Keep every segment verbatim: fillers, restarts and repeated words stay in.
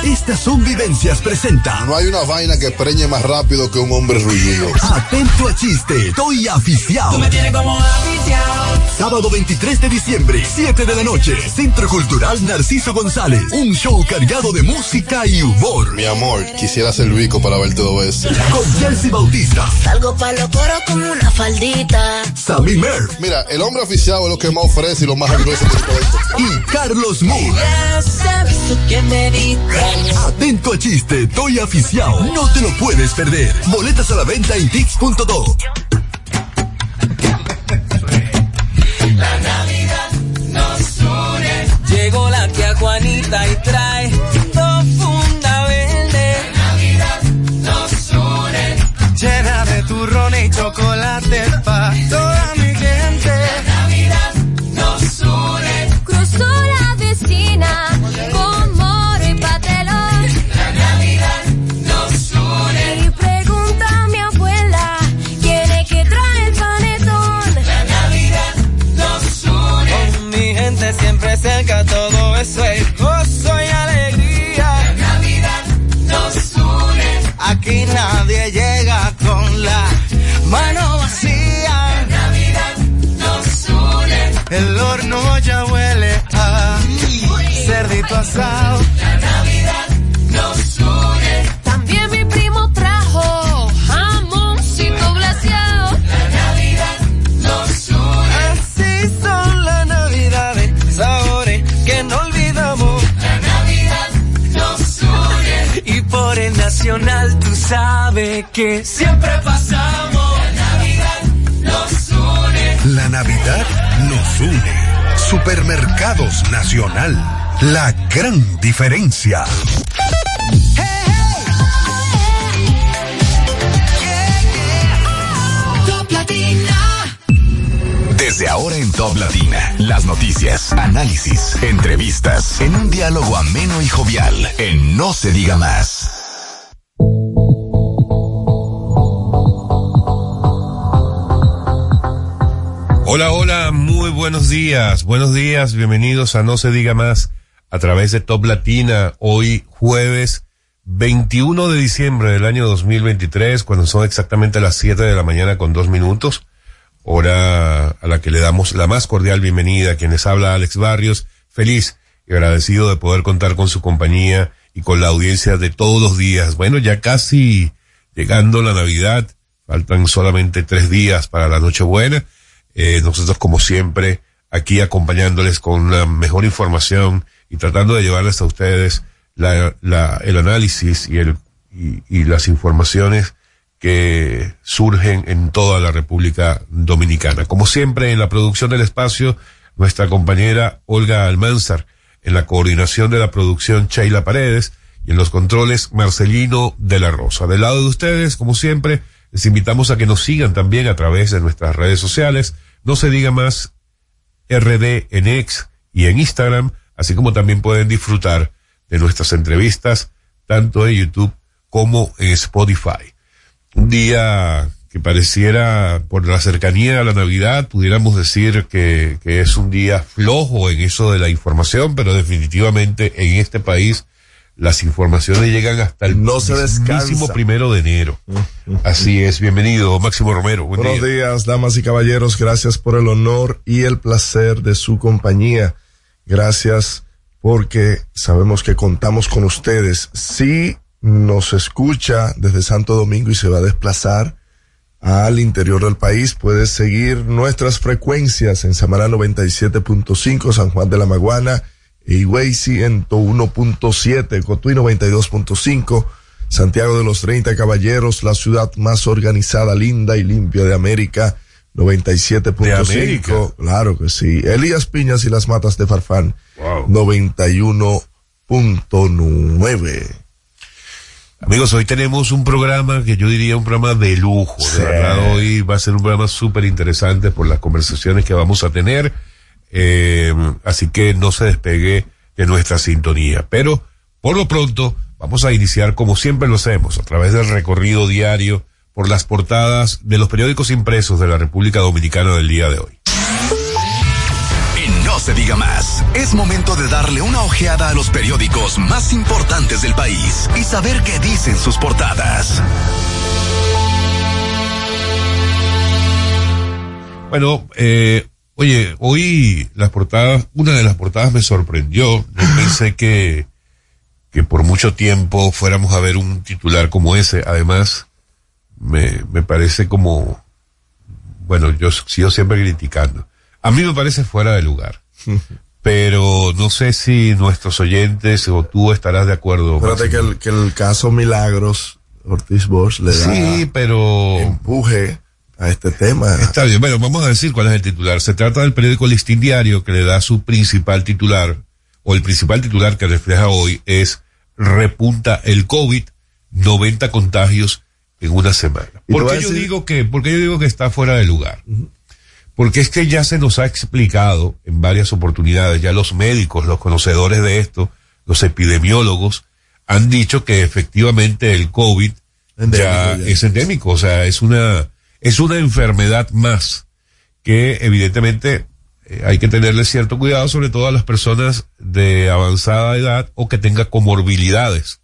Estas son vivencias presenta. No hay una vaina que preñe más rápido que un hombre rugido. Atento a chiste, estoy aficiado. Tú me tienes como aficiado. Sábado veintitrés de diciembre, siete de la noche, Centro Cultural Narciso González. Un show cargado de música y humor. Mi amor, quisiera ser Vico para verte dos veces. Con Chelsea Bautista. Salgo pa' los coros como una faldita. Sammy Mer. Mira, el hombre aficiado es lo que más ofrece y lo más grueso que todo esto. Y Carlos Moore. Ya sabes tú que me diste. Atento a chiste, estoy aficiado. No te lo puedes perder. Boletas a la venta en tix punto do. La Navidad nos une. Llegó la tía Juanita y trae dos funda verde. La Navidad nos une. Llena de turrones y chocolate pa' toda mi gente. La Navidad nos une. Cruzó la vecina con moro y patelón. La Navidad nos une. Y pregunta a mi abuela quién es que trae el panetón. La Navidad nos une. Con mi gente siempre cerca, todo eso es gozo y alegría. La Navidad nos une. Aquí nadie llega con la mano vacía. La Navidad nos une. El horno ya huele a cerdito asado. La Navidad nos une. También mi primo trajo jamoncito glaseado. La Navidad nos une. Así son las navidades, sabores que no olvidamos. La Navidad nos une. Y por el Nacional tú sabes que siempre pasamos. La Navidad nos une. La Navidad nos une. Supermercados Nacional. La gran diferencia. Top Latina. Desde ahora en Top Latina, las noticias, análisis, entrevistas, en un diálogo ameno y jovial, en No se diga más. Hola, hola, muy buenos días, buenos días, bienvenidos a No se diga más a través de Top Latina, hoy jueves veintiuno de diciembre del año dos mil veintitrés, cuando son exactamente las siete de la mañana con dos minutos, hora a la que le damos la más cordial bienvenida a quienes habla Alex Barrios, feliz y agradecido de poder contar con su compañía y con la audiencia de todos los días. Bueno, ya casi llegando la Navidad, faltan solamente tres días para la Nochebuena. Eh, nosotros como siempre aquí acompañándoles con la mejor información y tratando de llevarles a ustedes la, la, el análisis y el, y, y las informaciones que surgen en toda la República Dominicana. Como siempre en la producción del espacio, nuestra compañera Olga Almanzar, en la coordinación de la producción Sheila Paredes y en los controles Marcelino de la Rosa. Del lado de ustedes, como siempre, les invitamos a que nos sigan también a través de nuestras redes sociales. No se diga más R D en X y en Instagram, así como también pueden disfrutar de nuestras entrevistas tanto en YouTube como en Spotify. Un día que pareciera, por la cercanía a la Navidad, pudiéramos decir que, que es un día flojo en eso de la información, pero definitivamente en este país las informaciones llegan hasta el no se mismísimo primero de enero. Así es, bienvenido Máximo Romero. Buen Buenos día. días, damas y caballeros, gracias por el honor y el placer de su compañía. Gracias porque sabemos que contamos con ustedes. Si nos escucha desde Santo Domingo y se va a desplazar al interior del país, puede seguir nuestras frecuencias en Samaná noventa y siete punto cinco, San Juan de la Maguana, Higüey ciento uno punto siete, Cotuí noventa y dos punto cinco, Santiago de los treinta Caballeros, la ciudad más organizada, linda y limpia de América, noventa y siete punto cinco. Claro que sí. Elías Piñas y las Matas de Farfán, wow. noventa y uno punto nueve. Amigos, hoy tenemos un programa que yo diría un programa de lujo. Sí. De verdad, hoy va a ser un programa súper interesante por las conversaciones que vamos a tener. Eh, así que no se despegue de nuestra sintonía. Pero, por lo pronto, vamos a iniciar como siempre lo hacemos, a través del recorrido diario por las portadas de los periódicos impresos de la República Dominicana del día de hoy. En No No se diga más. Es momento de darle una ojeada a los periódicos más importantes del país y saber qué dicen sus portadas. Bueno, eh, oye, hoy las portadas, una de las portadas me sorprendió. Yo pensé que, que por mucho tiempo fuéramos a ver un titular como ese. Además, me, me parece como, bueno, yo sigo siempre criticando. A mí me parece fuera de lugar. Pero no sé si nuestros oyentes o tú estarás de acuerdo. Fíjate que el, que el caso Milagros Ortiz Bosch le da sí, pero empuje a este tema. Está bien, bueno, vamos a decir cuál es el titular. Se trata del periódico Listín Diario, que le da su principal titular, o el principal titular que refleja hoy es: repunta el COVID, noventa contagios en una semana. ¿Por qué yo decir... digo que, por qué yo digo que está fuera de lugar? Uh-huh. Porque es que ya se nos ha explicado en varias oportunidades, ya los médicos, los conocedores de esto, los epidemiólogos, han dicho que efectivamente el COVID endémico, ya, ya es endémico, o sea, es una, es una enfermedad más que evidentemente eh, hay que tenerle cierto cuidado, sobre todo a las personas de avanzada edad o que tengan comorbilidades,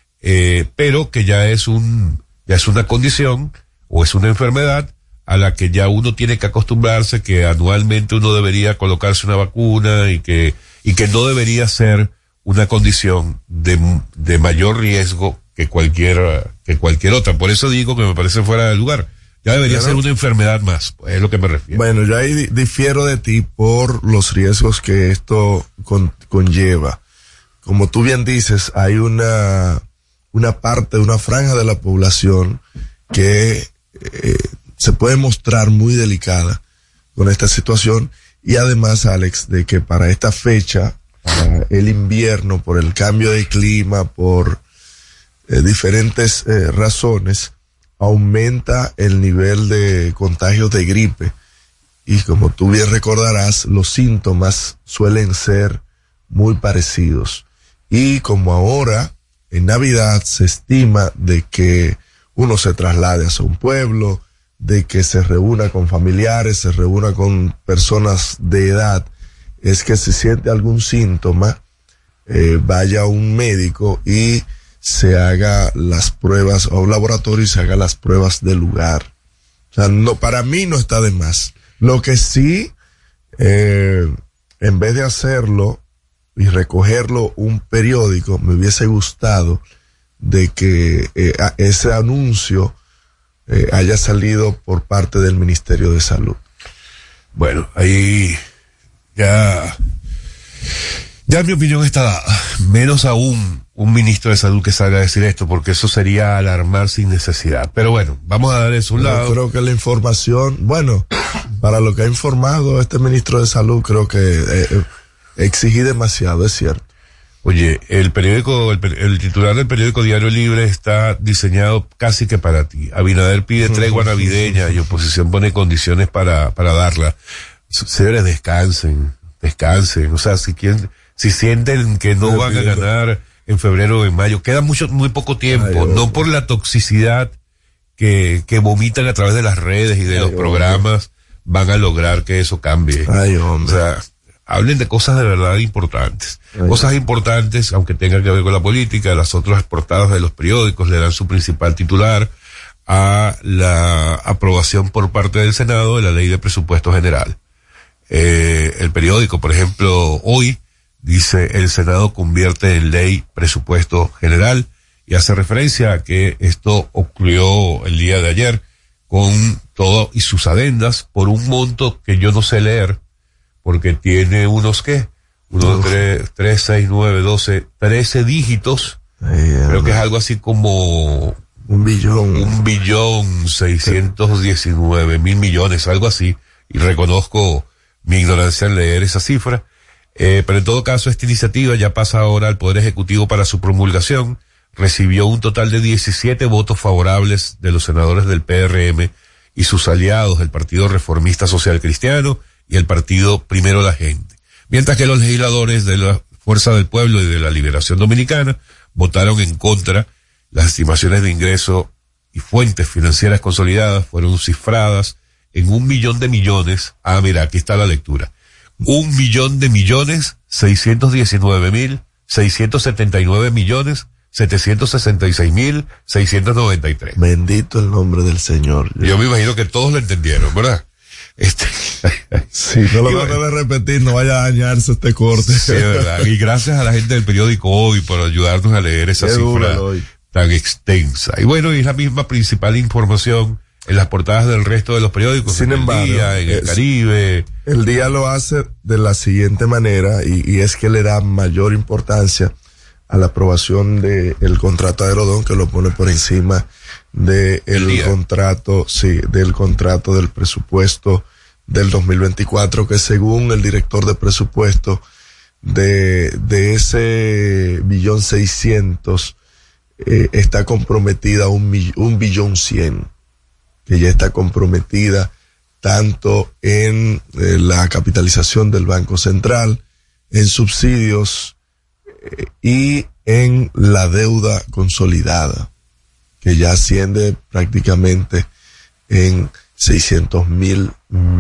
eh, pero que ya es un, ya es una condición o es una enfermedad a la que ya uno tiene que acostumbrarse, que anualmente uno debería colocarse una vacuna y que, y que no debería ser una condición de, de mayor riesgo que cualquier, que cualquier otra. Por eso digo que me parece fuera de lugar. Ya debería Pero, ser una enfermedad más, pues es lo que me refiero. Bueno, yo ahí difiero de ti por los riesgos que esto con, conlleva. Como tú bien dices, hay una, una parte, una franja de la población que, eh, se puede mostrar muy delicada con esta situación, y además, Alex, de que para esta fecha, para el invierno, por el cambio de clima, por eh, diferentes eh, razones, aumenta el nivel de contagios de gripe, y como tú bien recordarás, los síntomas suelen ser muy parecidos. Y como ahora, en Navidad, se estima de que uno se traslade hacia un pueblo, de que se reúna con familiares, se reúna con personas de edad, es que si siente algún síntoma, eh, vaya a un médico y se haga las pruebas, o a un laboratorio y se haga las pruebas del lugar. O sea, no, para mí no está de más. Lo que sí, eh, en vez de hacerlo y recogerlo un periódico, me hubiese gustado de que eh, ese anuncio Eh, haya salido por parte del Ministerio de Salud. Bueno, ahí ya, ya mi opinión está dada. Menos aún un ministro de Salud que salga a decir esto, porque eso sería alarmar sin necesidad. Pero bueno, vamos a dar eso a un lado. Yo creo que la información, bueno, para lo que ha informado este ministro de Salud, creo que eh, exigí demasiado, es cierto. Oye, el periódico, el, el titular del periódico Diario Libre está diseñado casi que para ti. Abinader pide tregua navideña y oposición pone condiciones para, para darla. Señores, descansen, descansen. O sea, si quieren, si sienten que no van a ganar en febrero o en mayo, queda mucho, muy poco tiempo, Ay, no por la toxicidad que, que vomitan a través de las redes y de Ay, los programas, hombre. Van a lograr que eso cambie. Ay, hombre. O sea, hablen de cosas de verdad importantes. Ay. Cosas importantes, aunque tengan que ver con la política. Las otras portadas de los periódicos le dan su principal titular a la aprobación por parte del Senado de la Ley de Presupuesto General. Eh, el periódico, por ejemplo, hoy dice: el Senado convierte en ley presupuesto general, y hace referencia a que esto ocurrió el día de ayer con todo y sus adendas por un monto que yo no sé leer, porque tiene unos, ¿qué? Unos tres, tres, seis, nueve, doce, trece dígitos. Ay, Creo que es algo así como un billón. Un billón seiscientos diecinueve mil millones, algo así. Y reconozco mi ignorancia en leer esa cifra. Eh, pero en todo caso, esta iniciativa ya pasa ahora al Poder Ejecutivo para su promulgación. Recibió un total de diecisiete votos favorables de los senadores del P R M y sus aliados, el Partido Reformista Social Cristiano y el Partido Primero la Gente. Mientras que los legisladores de la Fuerza del Pueblo y de la Liberación Dominicana votaron en contra. Las estimaciones de ingreso y fuentes financieras consolidadas fueron cifradas en un millón de millones. Ah, mira, aquí está la lectura. un millón de millones, seiscientos diecinueve mil, seiscientos setenta y nueve millones, setecientos sesenta y seis mil, seiscientos noventa y tres. Bendito el nombre del Señor. Yo me imagino que todos lo entendieron, ¿verdad? Este. Sí, no lo voy a repetir, no vaya a dañarse este corte. Sí, es verdad. Y gracias a la gente del periódico Hoy por ayudarnos a leer esa Qué cifra tan extensa. Y bueno, y es la misma principal información en las portadas del resto de los periódicos. Sin en embargo, el Día, en el es, Caribe. El Día lo hace de la siguiente manera, y, y es que le da mayor importancia a la aprobación del de contrato de Aerodón, que lo pone por encima del de contrato, sí, del contrato del presupuesto del dos mil veinticuatro, que según el director de presupuesto de, de ese billón seiscientos, eh, está comprometida un, un billón cien, que ya está comprometida tanto en eh, la capitalización del Banco Central, en subsidios eh, y en la deuda consolidada, que ya asciende prácticamente en seiscientos mil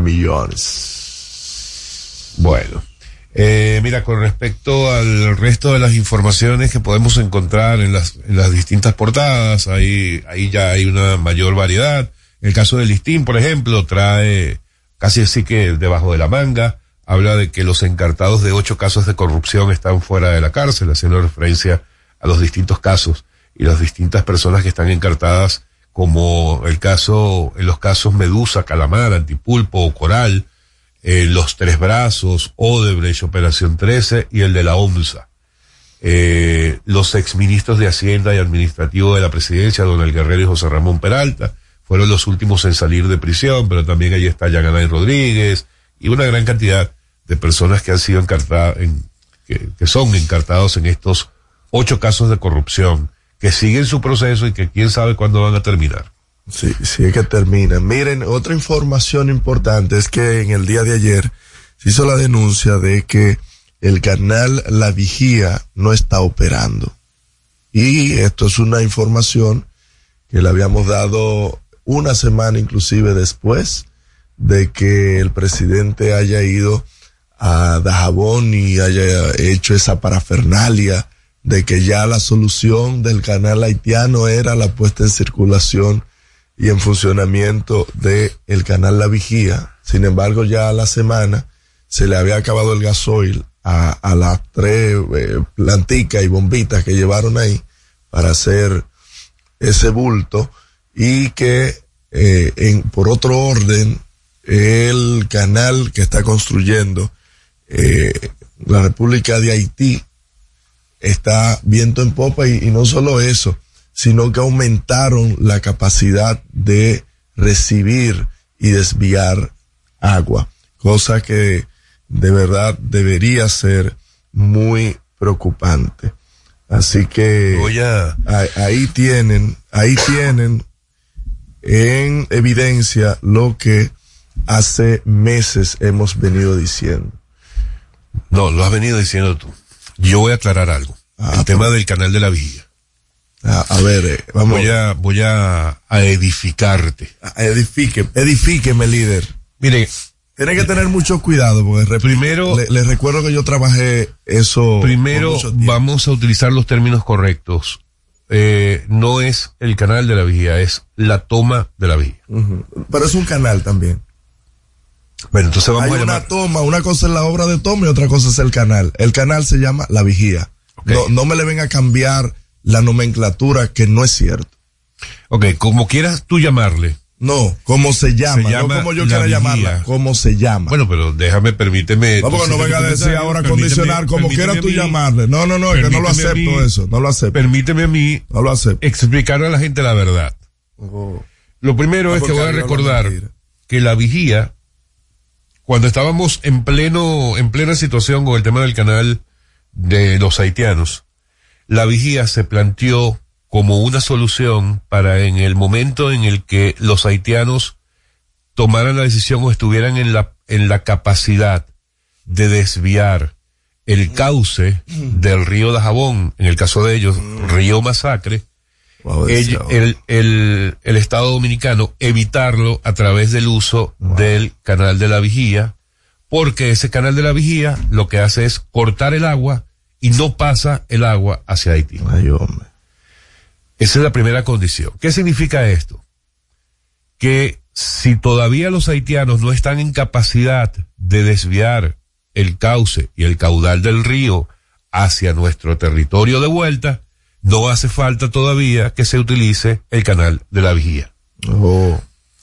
millones. Bueno, eh, mira, con respecto al resto de las informaciones que podemos encontrar en las, en las distintas portadas, ahí, ahí ya hay una mayor variedad. El caso del Listín, por ejemplo, trae casi así que debajo de la manga, habla de que los encartados de ocho casos de corrupción están fuera de la cárcel, haciendo referencia a los distintos casos y las distintas personas que están encartadas, como el caso, en los casos Medusa, Calamar, Antipulpo o Coral, eh, Los Tres Brazos, Odebrecht, Operación trece y el de la OMSA. Eh, los exministros de Hacienda y Administrativo de la Presidencia, Donald Guerrero y José Ramón Peralta, fueron los últimos en salir de prisión, pero también ahí está Yananay Rodríguez y una gran cantidad de personas que han sido encartadas, en, que, que son encartados en estos ocho casos de corrupción, que siguen su proceso y que quién sabe cuándo van a terminar. Sí, sí es que terminan. Miren, otra información importante es que en el día de ayer se hizo la denuncia de que el canal La Vigía no está operando. Y esto es una información que le habíamos dado una semana inclusive después de que el presidente haya ido a Dajabón y haya hecho esa parafernalia de que ya la solución del canal haitiano era la puesta en circulación y en funcionamiento de el canal La Vigía. Sin embargo, ya a la semana se le había acabado el gasoil a, a las tres eh, planticas y bombitas que llevaron ahí para hacer ese bulto, y que eh, en, por otro orden, el canal que está construyendo eh, la República de Haití está viento en popa, y, y no solo eso, sino que aumentaron la capacidad de recibir y desviar agua, cosa que de verdad debería ser muy preocupante. Así que Voy a... ahí, ahí tienen, ahí tienen en evidencia lo que hace meses hemos venido diciendo. No, lo has venido diciendo tú. Yo voy a aclarar algo. Ah, el tema del canal de La Vigía. A, a ver, eh, vamos. Voy a, voy a, a edificarte. A, edifique, edifíqueme, líder. Mire, tiene que tener mucho cuidado, porque primero, les le recuerdo que yo trabajé eso. Primero vamos a utilizar los términos correctos. Eh, no es el canal de La Vigía, es la toma de La Vigía. Uh-huh. Pero es un canal también. Bueno, entonces vamos Hay a llamar. una toma, una cosa es la obra de toma y otra cosa es el canal. El canal se llama La Vigía. Okay. No, no me le venga a cambiar la nomenclatura, que no es cierto. Ok, como quieras tú llamarle. No, como se llama, se llama no como yo quiera vigía. llamarla, como se llama. Bueno, pero déjame, permíteme. Vamos, que no venga a decir ahora condicionar, como quieras tú llamarle. No, no, no, es que no lo acepto mí, eso, no lo acepto. Permíteme a mí no lo acepto. explicar a la gente la verdad. Oh. Lo primero ah, es que voy a recordar que La Vigía, cuando estábamos en pleno, en plena situación con el tema del canal de los haitianos, La Vigía se planteó como una solución para en el momento en el que los haitianos tomaran la decisión o estuvieran en la, en la capacidad de desviar el cauce del río Dajabón, en el caso de ellos, río Masacre, wow, el, el, el, el Estado Dominicano evitarlo a través del uso wow. del canal de La Vigía, porque ese canal de la vigía lo que hace es cortar el agua y no pasa el agua hacia Haití. Ay, hombre. Esa es la primera condición. ¿Qué significa esto? Que si todavía los haitianos no están en capacidad de desviar el cauce y el caudal del río hacia nuestro territorio de vuelta, no hace falta todavía que se utilice el canal de la vigía. Oh.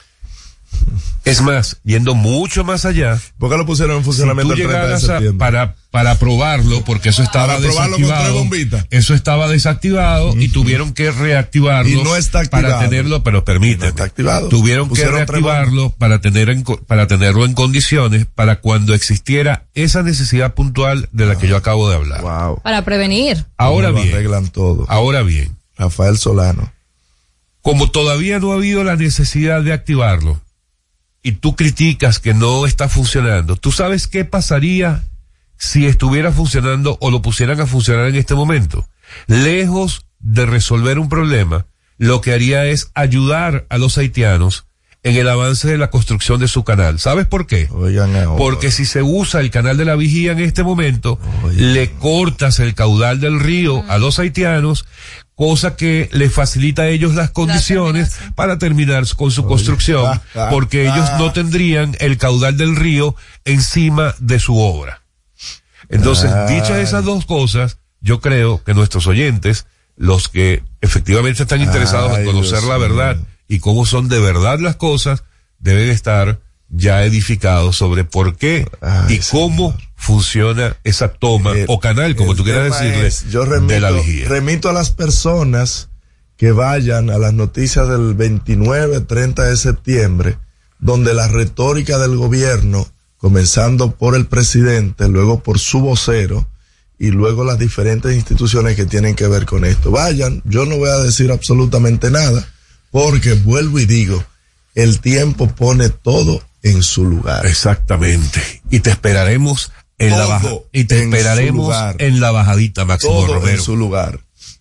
Es más, yendo mucho más allá. ¿Por qué lo pusieron en funcionamiento si tú el treinta de llegaras a, septiembre? para, para probarlo, porque eso estaba Para probarlo con tres bombitas. Eso estaba desactivado uh-huh. y tuvieron que reactivarlo. Y no está activado. Para tenerlo, pero permíteme. No está activado. Tuvieron pusieron que reactivarlo para tener en, para tenerlo en condiciones para cuando existiera esa necesidad puntual de la wow. que yo acabo de hablar. Wow. Para prevenir. Ahora no bien. Arreglan todo. Ahora bien. Rafael Solano. Como todavía no ha habido la necesidad de activarlo, y tú criticas que no está funcionando, ¿tú sabes qué pasaría si estuviera funcionando o lo pusieran a funcionar en este momento? Lejos de resolver un problema, lo que haría es ayudar a los haitianos en el avance de la construcción de su canal. ¿Sabes por qué? Oigan ahora. Porque si se usa el canal de la vigía en este momento, Oigan. le cortas el caudal del río a los haitianos, cosa que les facilita a ellos las condiciones la para terminar con su Oye. construcción, ah, ah, porque ah. ellos no tendrían el caudal del río encima de su obra. Entonces, ah. dichas esas dos cosas, yo creo que nuestros oyentes, los que efectivamente están interesados Ay, en conocer Dios la verdad mío. y cómo son de verdad las cosas, deben estar ya edificados sobre por qué Ay, y cómo señor. funciona esa toma el, o canal, como tú quieras decirle, es, yo remito, de la vigía. Remito a las personas que vayan a las noticias del veintinueve, treinta de septiembre, donde la retórica del gobierno, comenzando por el presidente, luego por su vocero, y luego las diferentes instituciones que tienen que ver con esto. Vayan, yo no voy a decir absolutamente nada, porque vuelvo y digo, el tiempo pone todo en su lugar. Exactamente. Y te esperaremos en todo la baja, y te esperaremos en la bajadita, Máximo todo Romero. En su lugar.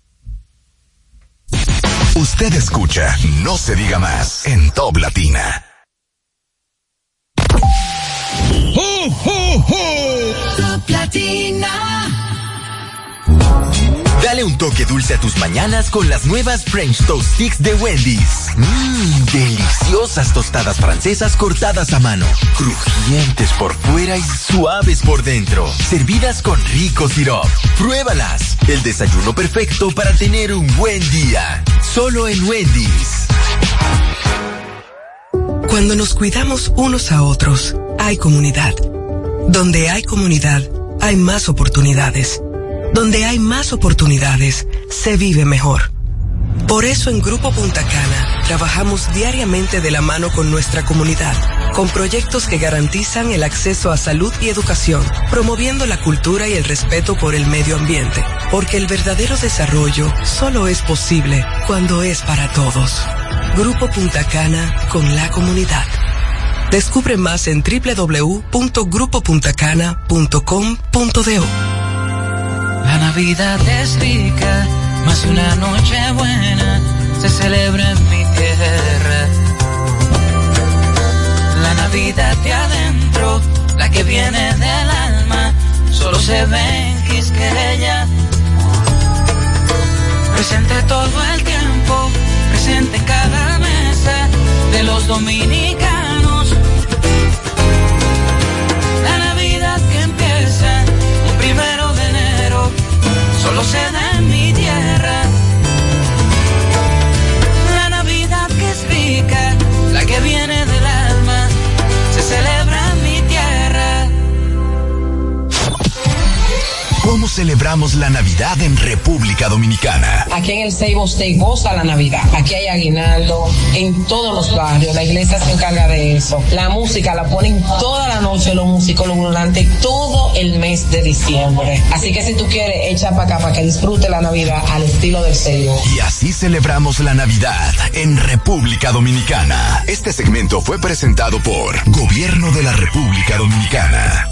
Usted escucha No se diga más en Top Latina. ¡Ho, ho, ho! Top Latina. Dale un toque dulce a tus mañanas con las nuevas French Toast Sticks de Wendy's. Mmm, deliciosas tostadas francesas cortadas a mano, crujientes por fuera y suaves por dentro, servidas con rico sirope. Pruébalas, el desayuno perfecto para tener un buen día. Solo en Wendy's. Cuando nos cuidamos unos a otros, hay comunidad. Donde hay comunidad, hay más oportunidades. Donde hay más oportunidades, se vive mejor. Por eso en Grupo Punta Cana trabajamos diariamente de la mano con nuestra comunidad, con proyectos que garantizan el acceso a salud y educación, promoviendo la cultura y el respeto por el medio ambiente, porque el verdadero desarrollo solo es posible cuando es para todos. Grupo Punta Cana con la comunidad. Descubre más en doble u doble u doble u punto grupo punta cana punto com punto do. La Navidad es rica, más una noche buena se celebra en mi tierra. La Navidad de adentro, la que viene del alma, solo se ve en Quisqueya. Presente todo el tiempo, presente en cada mesa de los dominicanos. La Navidad que empieza un primero de enero solo se da en mi tierra. La Navidad que es rica, la que viene del alma, se celebra en mi tierra. ¿Cómo celebramos la Navidad en República Dominicana? Aquí en el Seibo se goza la Navidad. Aquí hay aguinaldo en todos los barrios. La iglesia se encarga de eso. La música la ponen toda la noche los musicólogos durante todo el mes de diciembre. Así que si tú quieres, echa para acá para que disfrute la Navidad al estilo del Seibo. Y así celebramos la Navidad en República Dominicana. Este segmento fue presentado por Gobierno de la República Dominicana.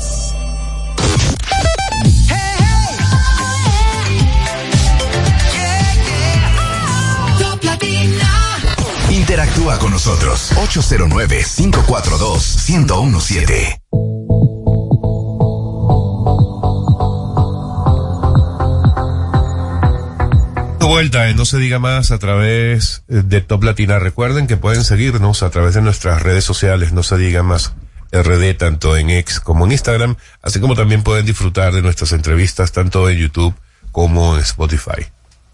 Interactúa con nosotros. ocho cero nueve, cinco cuatro dos, uno cero uno siete. De vuelta en No Se Diga Más a través de Top Latina. Recuerden que pueden seguirnos a través de nuestras redes sociales, No Se Diga Más R D, tanto en X como en Instagram, así como también pueden disfrutar de nuestras entrevistas tanto en YouTube como en Spotify.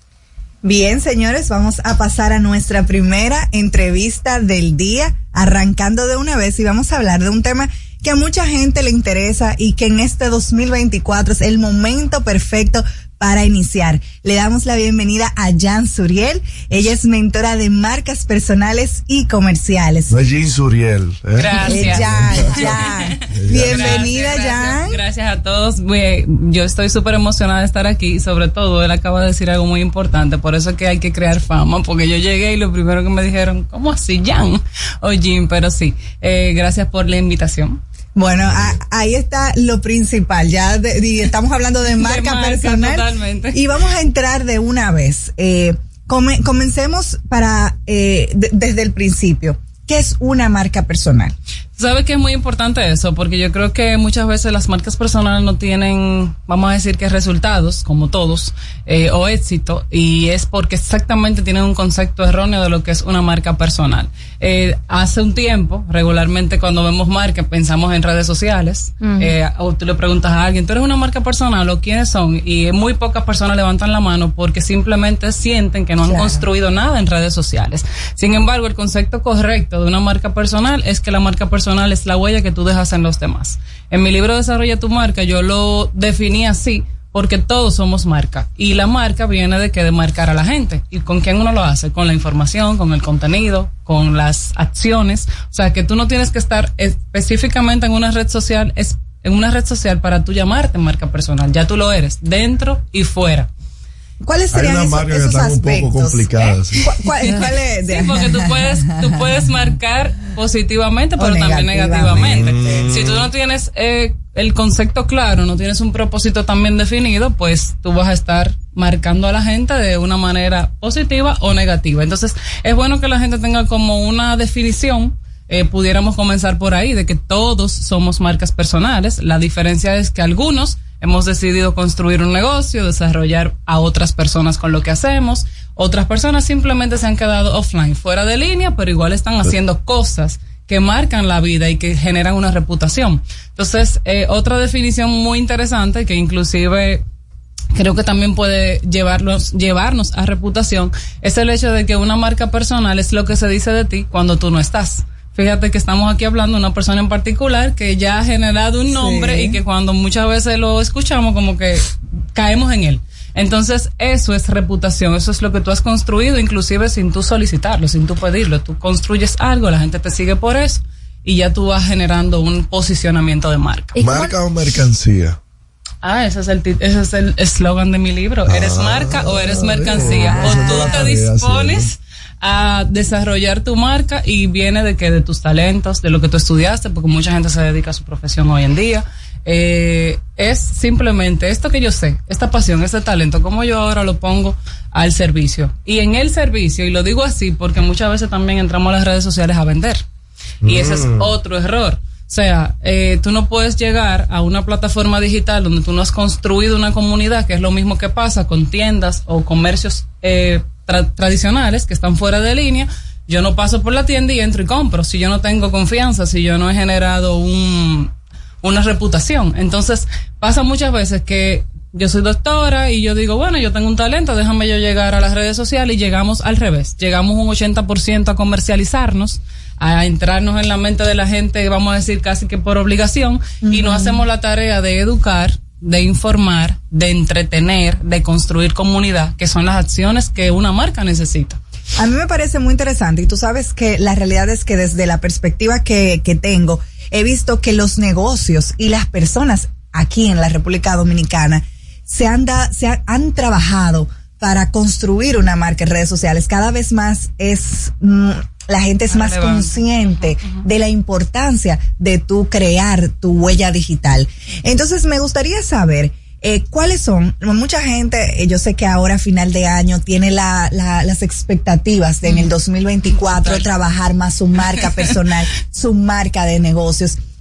Bien, señores, vamos a pasar a nuestra primera entrevista del día, arrancando de una vez, y vamos a hablar de un tema que a mucha gente le interesa y que en este dos mil veinticuatro es el momento perfecto para iniciar. Le damos la bienvenida a Jan Suriel. Ella es mentora de marcas personales y comerciales. No es Jan Suriel. ¿eh? Gracias. Jan, Jan. Bienvenida, gracias, Jan. Gracias, gracias a todos. Yo estoy súper emocionada de estar aquí y sobre todo él acaba de decir algo muy importante. Por eso es que hay que crear fama, porque yo llegué y lo primero que me dijeron, ¿cómo así, Jan? O Jim, pero sí. Eh, gracias por la invitación. Bueno, a, ahí está lo principal. Ya de, de, estamos hablando de marca, de marca personal. Totalmente. Y vamos a entrar de una vez. Eh, come, comencemos para eh, de, desde el principio. ¿Qué es una marca personal? Sabes que es muy importante eso, porque yo creo que muchas veces las marcas personales no tienen, vamos a decir que resultados, como todos, eh, o éxito, y es porque exactamente tienen un concepto erróneo de lo que es una marca personal. Eh, hace un tiempo, regularmente cuando vemos marca, pensamos en redes sociales, uh-huh. eh, o tú le preguntas a alguien, ¿tú eres una marca personal o quiénes son? Y muy pocas personas levantan la mano porque simplemente sienten que no han claro. construido nada en redes sociales. Sin embargo, el concepto correcto de una marca personal es que la marca personal es la huella que tú dejas en los demás. En mi libro Desarrolla tu marca yo lo definí así porque todos somos marca y la marca viene de que de marcar a la gente. ¿Y con quién uno lo hace? Con la información, con el contenido, con las acciones. O sea, que tú no tienes que estar específicamente en una red social, es en una red social para tú llamarte marca personal. Ya tú lo eres, dentro y fuera. ¿Cuáles serían esos, esos que están aspectos? Un poco complicadas. ¿Eh? ¿Cuál, cuál es? Sí, porque tú puedes, tú puedes marcar positivamente, pero también negativamente. Mm. Si tú no tienes eh, el concepto claro, no tienes un propósito también definido, pues tú vas a estar marcando a la gente de una manera positiva o negativa. Entonces, es bueno que la gente tenga como una definición. Eh, pudiéramos comenzar por ahí, de que todos somos marcas personales. La diferencia es que algunos hemos decidido construir un negocio, desarrollar a otras personas con lo que hacemos. Otras personas simplemente se han quedado offline, fuera de línea, pero igual están haciendo cosas que marcan la vida y que generan una reputación. Entonces, eh, otra definición muy interesante que inclusive creo que también puede llevarnos, llevarnos a reputación es el hecho de que una marca personal es lo que se dice de ti cuando tú no estás. Fíjate que estamos aquí hablando de una persona en particular que ya ha generado un nombre sí. y que cuando muchas veces lo escuchamos como que caemos en él. Entonces eso es reputación, eso es lo que tú has construido inclusive sin tú solicitarlo, sin tú pedirlo. Tú construyes algo, la gente te sigue por eso y ya tú vas generando un posicionamiento de marca. ¿Marca o mercancía? Ah, ese es el ese es el eslogan de mi libro. Ah, ¿eres marca o eres mercancía? O tú te dispones a desarrollar tu marca y viene de que de tus talentos, de lo que tú estudiaste, porque mucha gente se dedica a su profesión hoy en día. Eh, es simplemente esto que yo sé, esta pasión, este talento, como yo ahora lo pongo al servicio. Y en el servicio, y lo digo así porque muchas veces también entramos a las redes sociales a vender. Y mm. ese es otro error. O sea, eh, tú no puedes llegar a una plataforma digital donde tú no has construido una comunidad, que es lo mismo que pasa con tiendas o comercios eh, tra- tradicionales que están fuera de línea. Yo no paso por la tienda y entro y compro si yo no tengo confianza, si yo no he generado un, una reputación. Entonces, pasa muchas veces que yo soy doctora y yo digo, bueno, yo tengo un talento, déjame yo llegar a las redes sociales y llegamos al revés. Llegamos un ochenta por ciento a comercializarnos, a entrarnos en la mente de la gente, vamos a decir casi que por obligación, uh-huh. y no hacemos la tarea de educar, de informar, de entretener, de construir comunidad, que son las acciones que una marca necesita. A mí me parece muy interesante y tú sabes que la realidad es que desde la perspectiva que, que tengo, he visto que los negocios y las personas aquí en la República Dominicana se han, da, se han, han trabajado para construir una marca en redes sociales. Cada vez más es... Mm, la gente es más consciente de la importancia de tú crear tu huella digital. Entonces, me gustaría saber eh, cuáles son, mucha gente, eh, yo sé que ahora a final de año tiene la, la, las expectativas de en el dos mil veinticuatro trabajar más su marca personal, su marca de negocios.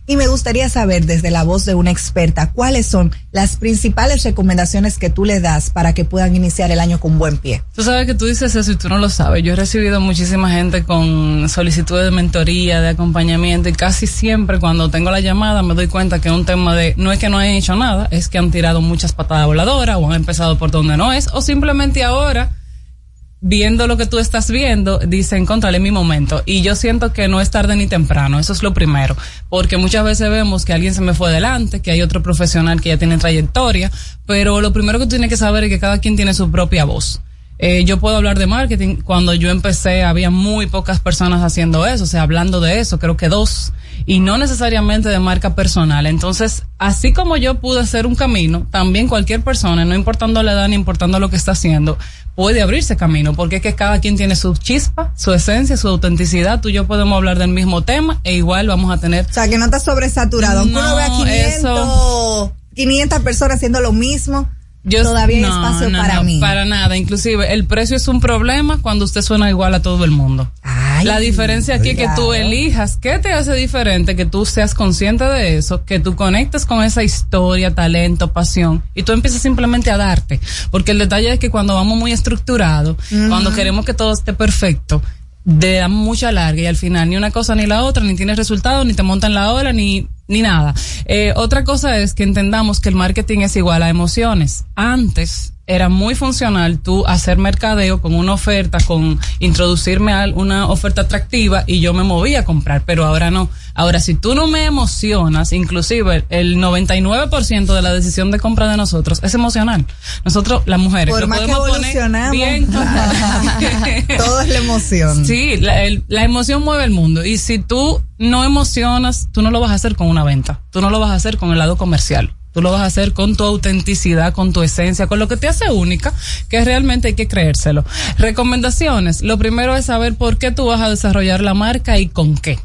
Y me gustaría saber desde la voz de una experta cuáles son las principales recomendaciones que tú le das para que puedan iniciar el año con buen pie. Tú sabes que tú dices eso y tú no lo sabes. Yo he recibido muchísima gente con solicitudes de mentoría, de acompañamiento, y casi siempre cuando tengo la llamada me doy cuenta que es un tema de, no es que no hayan hecho nada, es que han tirado muchas patadas voladoras o han empezado por donde no es, o simplemente ahora, viendo lo que tú estás viendo, dicen, encontrarle mi momento. Y yo siento que no es tarde ni temprano, eso es lo primero. Porque muchas veces vemos que alguien se me fue delante, que hay otro profesional que ya tiene trayectoria, pero lo primero que tú tienes que saber es que cada quien tiene su propia voz. Eh, yo puedo hablar de marketing. Cuando yo empecé había muy pocas personas haciendo eso, o sea, hablando de eso, creo que dos, y no necesariamente de marca personal. Entonces, así como yo pude hacer un camino, también cualquier persona, no importando la edad ni importando lo que está haciendo, puede abrirse camino, porque es que cada quien tiene su chispa, su esencia, su autenticidad. Tú y yo podemos hablar del mismo tema e igual vamos a tener... O sea, que no está sobresaturado. Aunque no, uno vea quinientas, eso... quinientas personas haciendo lo mismo, Yo, todavía no, hay espacio no, para no, mí. Para nada. Inclusive, el precio es un problema cuando usted suena igual a todo el mundo. Ay, la diferencia aquí es que tú elijas qué te hace diferente, que tú seas consciente de eso, que tú conectes con esa historia, talento, pasión, y tú empiezas simplemente a darte. Porque el detalle es que cuando vamos muy estructurados, uh-huh. cuando queremos que todo esté perfecto, de damos mucha larga y al final ni una cosa ni la otra, ni tienes resultados, ni te montan la ola, ni ni nada. Eh, otra cosa es que entendamos que el marketing es igual a emociones. Antes era muy funcional tú hacer mercadeo con una oferta, con introducirme a una oferta atractiva y yo me movía a comprar, pero ahora no. Ahora, si tú no me emocionas, inclusive el noventa y nueve por ciento de la decisión de compra de nosotros es emocional. Nosotros, las mujeres, por lo más podemos que evolucionamos, poner bien. Todo es la emoción. Sí, la, el, la emoción mueve el mundo, y si tú no emocionas, tú no lo vas a hacer con una venta, tú no lo vas a hacer con el lado comercial. Tú lo vas a hacer con tu autenticidad, con tu esencia, con lo que te hace única, que realmente hay que creérselo. Recomendaciones. Lo primero es saber por qué tú vas a desarrollar la marca y con qué.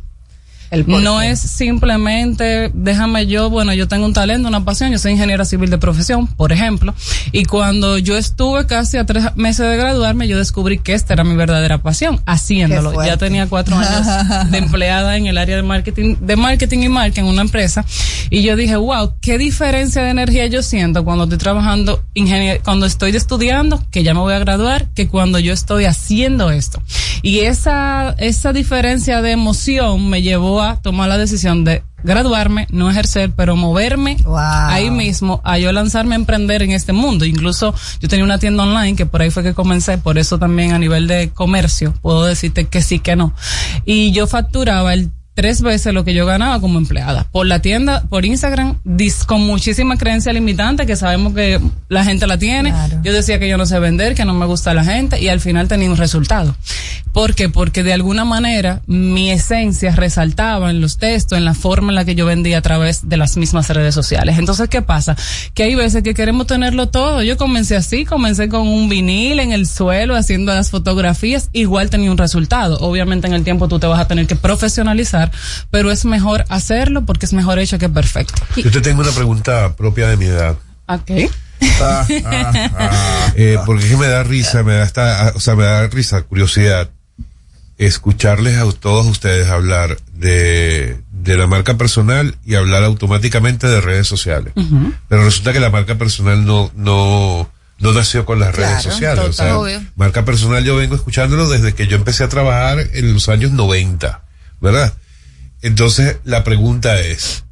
No es simplemente, déjame yo, bueno, yo tengo un talento, una pasión, yo soy ingeniera civil de profesión, por ejemplo, y cuando yo estuve casi a tres meses de graduarme, yo descubrí que esta era mi verdadera pasión, haciéndolo. Ya tenía cuatro años de empleada en el área de marketing, de marketing y marca en una empresa, y yo dije, wow, qué diferencia de energía yo siento cuando estoy trabajando ingenier, cuando estoy estudiando, que ya me voy a graduar, que cuando yo estoy haciendo esto. Y esa, esa diferencia de emoción me llevó a tomar la decisión de graduarme, no ejercer, pero moverme wow. ahí mismo, a yo lanzarme a emprender en este mundo. Incluso yo tenía una tienda online, que por ahí fue que comencé, por eso también a nivel de comercio puedo decirte que sí, que no. Y yo facturaba el tres veces lo que yo ganaba como empleada por la tienda, por Instagram, dis, con muchísima creencia limitante que sabemos que la gente la tiene. Claro. Yo decía que yo no sé vender, que no me gusta la gente, y al final tenía un resultado. ¿Por qué? Porque de alguna manera mi esencia resaltaba en los textos, en la forma en la que yo vendía a través de las mismas redes sociales. Entonces, ¿qué pasa? Que hay veces que queremos tenerlo todo. Yo comencé así, comencé con un vinil en el suelo haciendo las fotografías, igual tenía un resultado. Obviamente en el tiempo tú te vas a tener que profesionalizar, pero es mejor hacerlo porque es mejor hecho que perfecto. Yo te tengo una pregunta propia de mi edad. Ok. Ah, ah, ah, eh, porque es que me da risa, me da hasta, o sea, me da risa, curiosidad, escucharles a todos ustedes hablar de, de la marca personal y hablar automáticamente de redes sociales. Uh-huh. Pero resulta que la marca personal no, no, no nació con las claro, redes sociales. O sea, obvio. Marca personal yo vengo escuchándolo desde que yo empecé a trabajar en los años noventa, ¿verdad? Entonces, la pregunta es,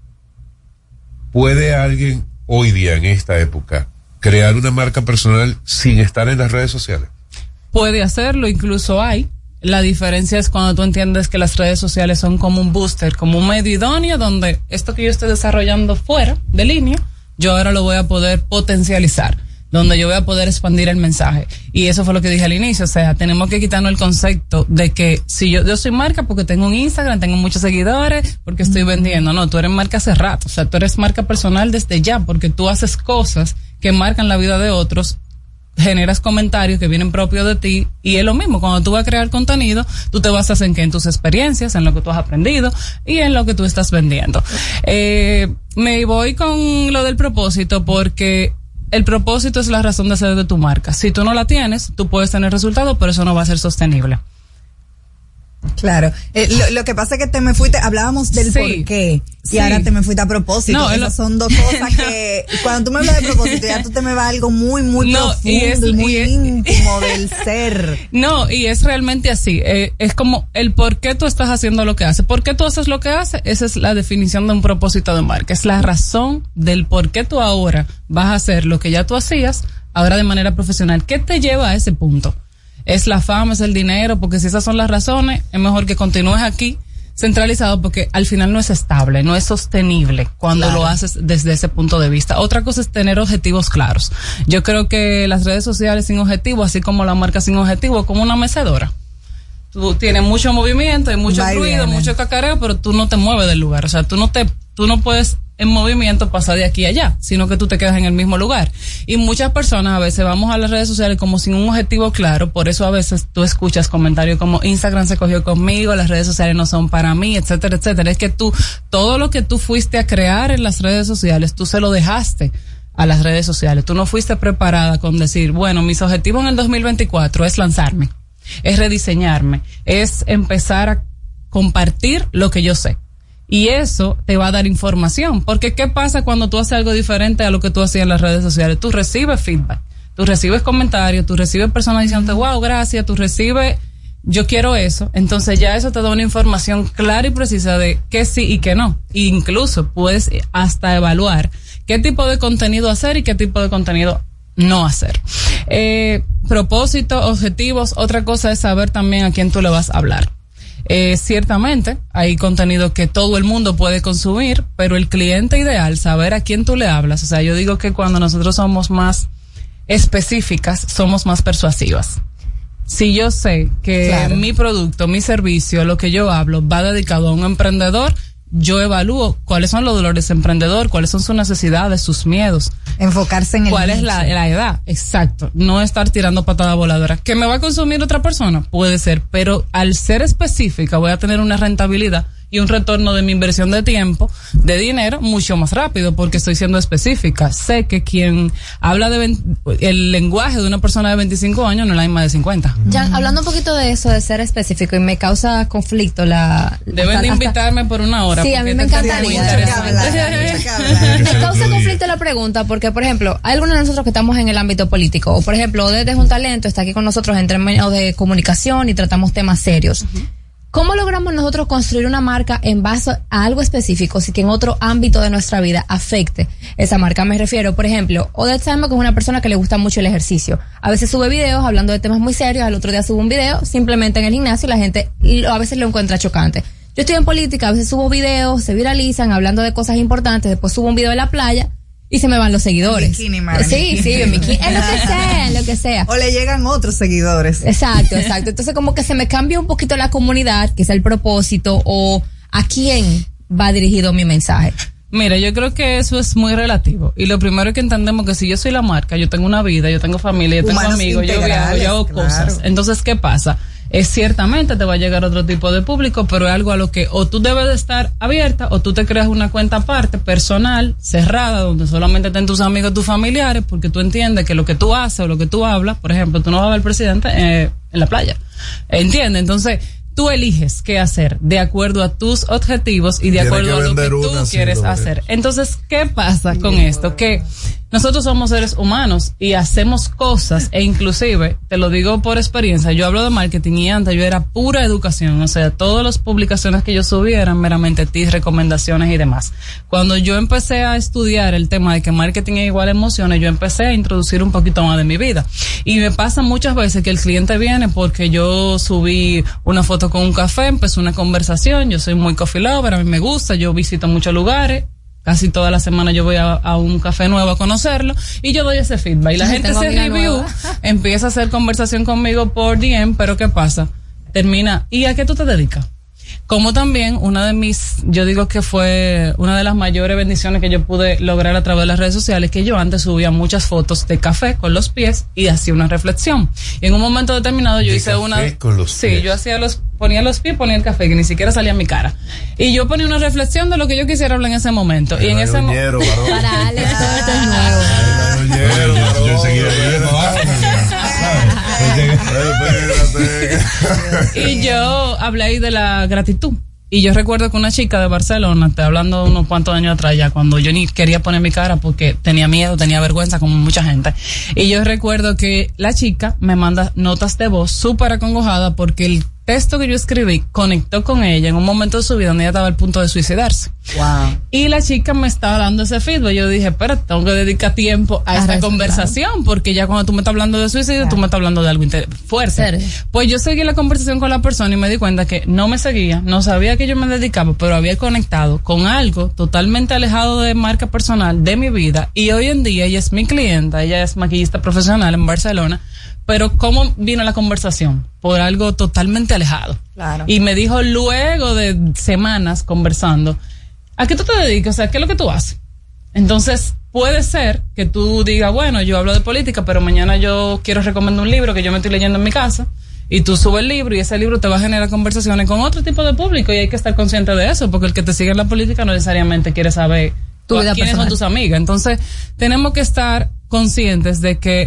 ¿puede alguien hoy día, en esta época, crear una marca personal sin estar en las redes sociales? Puede hacerlo, incluso hay. La diferencia es cuando tú entiendes que las redes sociales son como un booster, como un medio idóneo, donde esto que yo estoy desarrollando fuera de línea, yo ahora lo voy a poder potencializar, donde yo voy a poder expandir el mensaje. Y eso fue lo que dije al inicio, o sea, tenemos que quitarnos el concepto de que si yo, yo soy marca porque tengo un Instagram, tengo muchos seguidores, porque estoy vendiendo. No, tú eres marca hace rato, o sea, tú eres marca personal desde ya, porque tú haces cosas que marcan la vida de otros, generas comentarios que vienen propios de ti, y es lo mismo, cuando tú vas a crear contenido, tú te basas en qué, en tus experiencias, en lo que tú has aprendido y en lo que tú estás vendiendo. Eh, me voy con lo del propósito porque el propósito es la razón de ser de tu marca. Si tú no la tienes, tú puedes tener resultados, pero eso no va a ser sostenible. Claro. Eh, lo, lo que pasa es que te me fuiste, hablábamos del sí, por qué, y sí. ahora te me fuiste a propósito. No, esas lo, son dos cosas que, cuando tú me hablas de propósito, ya tú te me vas a algo muy, muy no, profundo y, es, y muy y es, íntimo del ser. No, y es realmente así. Eh, es como el por qué tú estás haciendo lo que haces. ¿Por qué tú haces lo que haces? Esa es la definición de un propósito de marca. Es la razón del por qué tú ahora vas a hacer lo que ya tú hacías, ahora de manera profesional. ¿Qué te lleva a ese punto? Es la fama, es el dinero, porque si esas son las razones, es mejor que continúes aquí centralizado, porque al final no es estable, no es sostenible cuando claro. lo haces desde ese punto de vista. Otra cosa es tener objetivos claros. Yo creo que las redes sociales sin objetivo, así como la marca sin objetivo, es como una mecedora. Tú tienes mucho movimiento y mucho Va ruido, bien, mucho cacareo, pero tú no te mueves del lugar. O sea, tú no te, tú no puedes en movimiento pasar de aquí a allá, sino que tú te quedas en el mismo lugar. Y muchas personas a veces vamos a las redes sociales como sin un objetivo claro, por eso a veces tú escuchas comentarios como Instagram se cogió conmigo, las redes sociales no son para mí, etcétera, etcétera. Es que tú, todo lo que tú fuiste a crear en las redes sociales, tú se lo dejaste a las redes sociales. Tú no fuiste preparada con decir, bueno, mis objetivos en el dos mil veinticuatro es lanzarme, es rediseñarme, es empezar a compartir lo que yo sé. Y eso te va a dar información, porque ¿qué pasa cuando tú haces algo diferente a lo que tú hacías en las redes sociales? Tú recibes feedback, tú recibes comentarios, tú recibes personas diciéndote, wow, gracias, tú recibes, yo quiero eso. Entonces ya eso te da una información clara y precisa de qué sí y qué no. E incluso puedes hasta evaluar qué tipo de contenido hacer y qué tipo de contenido no hacer. Eh, propósito, objetivos, otra cosa es saber también a quién tú le vas a hablar. Eh, ciertamente hay contenido que todo el mundo puede consumir, pero el cliente ideal, saber a quién tú le hablas. O sea, yo digo que cuando nosotros somos más específicas, somos más persuasivas. Si yo sé que claro. mi producto, mi servicio, lo que yo hablo va dedicado a un emprendedor, yo evalúo cuáles son los dolores del emprendedor, cuáles son sus necesidades, sus miedos. Enfocarse en el ¿Cuál nicho. es la, la edad? Exacto. No estar tirando patada voladora. ¿Que me va a consumir otra persona? Puede ser, pero al ser específica voy a tener una rentabilidad y un retorno de mi inversión de tiempo, de dinero, mucho más rápido, porque estoy siendo específica. Sé que quien habla de veinte, el lenguaje de una persona de veinticinco años no es la misma de cincuenta. Ya, hablando un poquito de eso, de ser específico, y me causa conflicto la... Deben hasta, de invitarme hasta, por una hora. Sí, a mí me encantaría. Me causa conflicto la pregunta, porque, por ejemplo, hay algunos de nosotros que estamos en el ámbito político, o por ejemplo, desde un talento, está aquí con nosotros en términos de comunicación y tratamos temas serios. Uh-huh. ¿Cómo logramos nosotros construir una marca en base a algo específico, si que en otro ámbito de nuestra vida afecte esa marca? Me refiero, por ejemplo, Odette Sainz, que es una persona que le gusta mucho el ejercicio. A veces sube videos hablando de temas muy serios, al otro día sube un video simplemente en el gimnasio y la gente a veces lo encuentra chocante. Yo estoy en política, a veces subo videos, se viralizan hablando de cosas importantes, después subo un video de la playa y se me van los seguidores. Bikini, man. Sí, sí, en bikini, en lo que sea, en lo que sea. O le llegan otros seguidores. Exacto, exacto. Entonces como que se me cambia un poquito la comunidad, que es el propósito, o a quién va dirigido mi mensaje. Mira, yo creo que eso es muy relativo. Y lo primero es que entendemos que si yo soy la marca, yo tengo una vida, yo tengo familia, yo tengo Humanos amigos, yo viajo, yo hago claro. cosas. Entonces, ¿qué pasa? Es ciertamente te va a llegar otro tipo de público, pero es algo a lo que o tú debes de estar abierta o tú te creas una cuenta aparte, personal, cerrada, donde solamente estén tus amigos, tus familiares, porque tú entiendes que lo que tú haces o lo que tú hablas, por ejemplo, tú no vas a ver al presidente eh, en la playa. ¿Entiendes? Entonces, tú eliges qué hacer de acuerdo a tus objetivos y de Tiene acuerdo a lo que tú quieres hacer. Entonces, ¿qué pasa con esto? Que nosotros somos seres humanos y hacemos cosas, e inclusive, te lo digo por experiencia, yo hablo de marketing y antes yo era pura educación, o sea, todas las publicaciones que yo subía eran meramente tips, recomendaciones y demás. Cuando yo empecé a estudiar el tema de que marketing es igual a emociones, yo empecé a introducir un poquito más de mi vida. Y me pasa muchas veces que el cliente viene porque yo subí una foto con un café, empezó una conversación, yo soy muy coffee lover, a mí me gusta, yo visito muchos lugares, casi toda la semana yo voy a, a un café nuevo a conocerlo y yo doy ese feedback y la gente se review, empieza a hacer conversación conmigo por D M, pero ¿qué pasa? Termina, ¿y a qué tú te dedicas? Como también una de mis, yo digo que fue una de las mayores bendiciones que yo pude lograr a través de las redes sociales, que yo antes subía muchas fotos de café con los pies y hacía una reflexión. Y en un momento determinado yo de hice café una, con los sí, pies. yo hacía los, ponía los pies, ponía el café, que ni siquiera salía en mi cara. Y yo ponía una reflexión de lo que yo quisiera hablar en ese momento. Y en ese momento. Para Alex, todo esto es nuevo. Yo enseguida Y yo hablé ahí de la gratitud. Y yo recuerdo que una chica de Barcelona, estoy hablando de unos cuantos años atrás ya, cuando yo ni quería poner mi cara porque tenía miedo, tenía vergüenza, como mucha gente. Y yo recuerdo que la chica me manda notas de voz súper acongojada porque el texto que yo escribí conectó con ella en un momento de su vida donde ella estaba al punto de suicidarse. Wow. Y la chica me estaba dando ese feedback. Yo dije, espera, tengo que dedicar tiempo a, a esta conversación, porque ya cuando tú me estás hablando de suicidio, claro, tú me estás hablando de algo fuerte. Pues yo seguí la conversación con la persona y me di cuenta que no me seguía, no sabía que yo me dedicaba, pero había conectado con algo totalmente alejado de marca personal de mi vida. Y hoy en día ella es mi clienta, ella es maquillista profesional en Barcelona. Pero ¿cómo vino la conversación? Por algo totalmente alejado. Claro. Y me dijo luego de semanas conversando, ¿a qué tú te dedicas? O sea, ¿qué es lo que tú haces? Entonces, puede ser que tú digas, bueno, yo hablo de política, pero mañana yo quiero recomendar un libro que yo me estoy leyendo en mi casa, y tú subes el libro y ese libro te va a generar conversaciones con otro tipo de público, y hay que estar consciente de eso, porque el que te sigue en la política no necesariamente quiere saber tu vida quiénes personal. son tus amigas. Entonces, tenemos que estar conscientes de que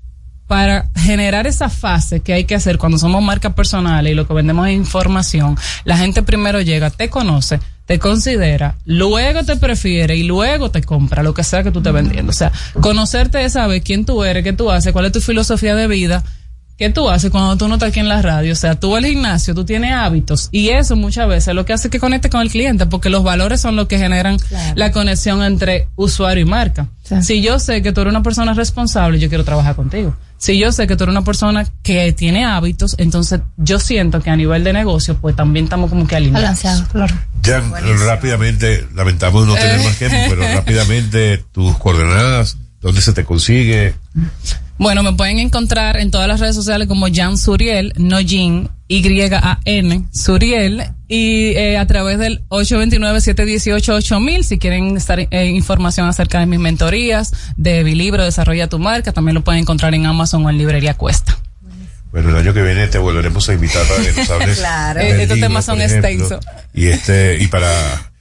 para generar esa fase que hay que hacer cuando somos marcas personales y lo que vendemos es información, la gente primero llega, te conoce, te considera, luego te prefiere y luego te compra lo que sea que tú estés vendiendo. O sea, conocerte es saber quién tú eres, qué tú haces, cuál es tu filosofía de vida, qué tú haces cuando tú no estás aquí en la radio. O sea, tú vas al gimnasio, tú tienes hábitos, y eso muchas veces es lo que hace que conecte con el cliente, porque los valores son los que generan, claro, la conexión entre usuario y marca. Sí. Si yo sé que tú eres una persona responsable, yo quiero trabajar contigo. Si yo sé que tú eres una persona que tiene hábitos, entonces yo siento que a nivel de negocio, pues también estamos como que alineados. Balanceados, claro. Ya, buenísimo. Rápidamente, lamentamos no tener eh. más tiempo, pero rápidamente tus coordenadas, ¿dónde se te consigue? Bueno, me pueden encontrar en todas las redes sociales como Jan Suriel, no Jean, Y A N, Suriel, y eh, a través del ocho dos nueve, siete uno ocho, ocho mil, si quieren estar eh, información acerca de mis mentorías, de mi libro Desarrolla tu Marca, también lo pueden encontrar en Amazon o en Librería Cuesta. Bueno, el año que viene te volveremos a invitar para que nos hables. Claro. Estos temas son extensos. Y este, y para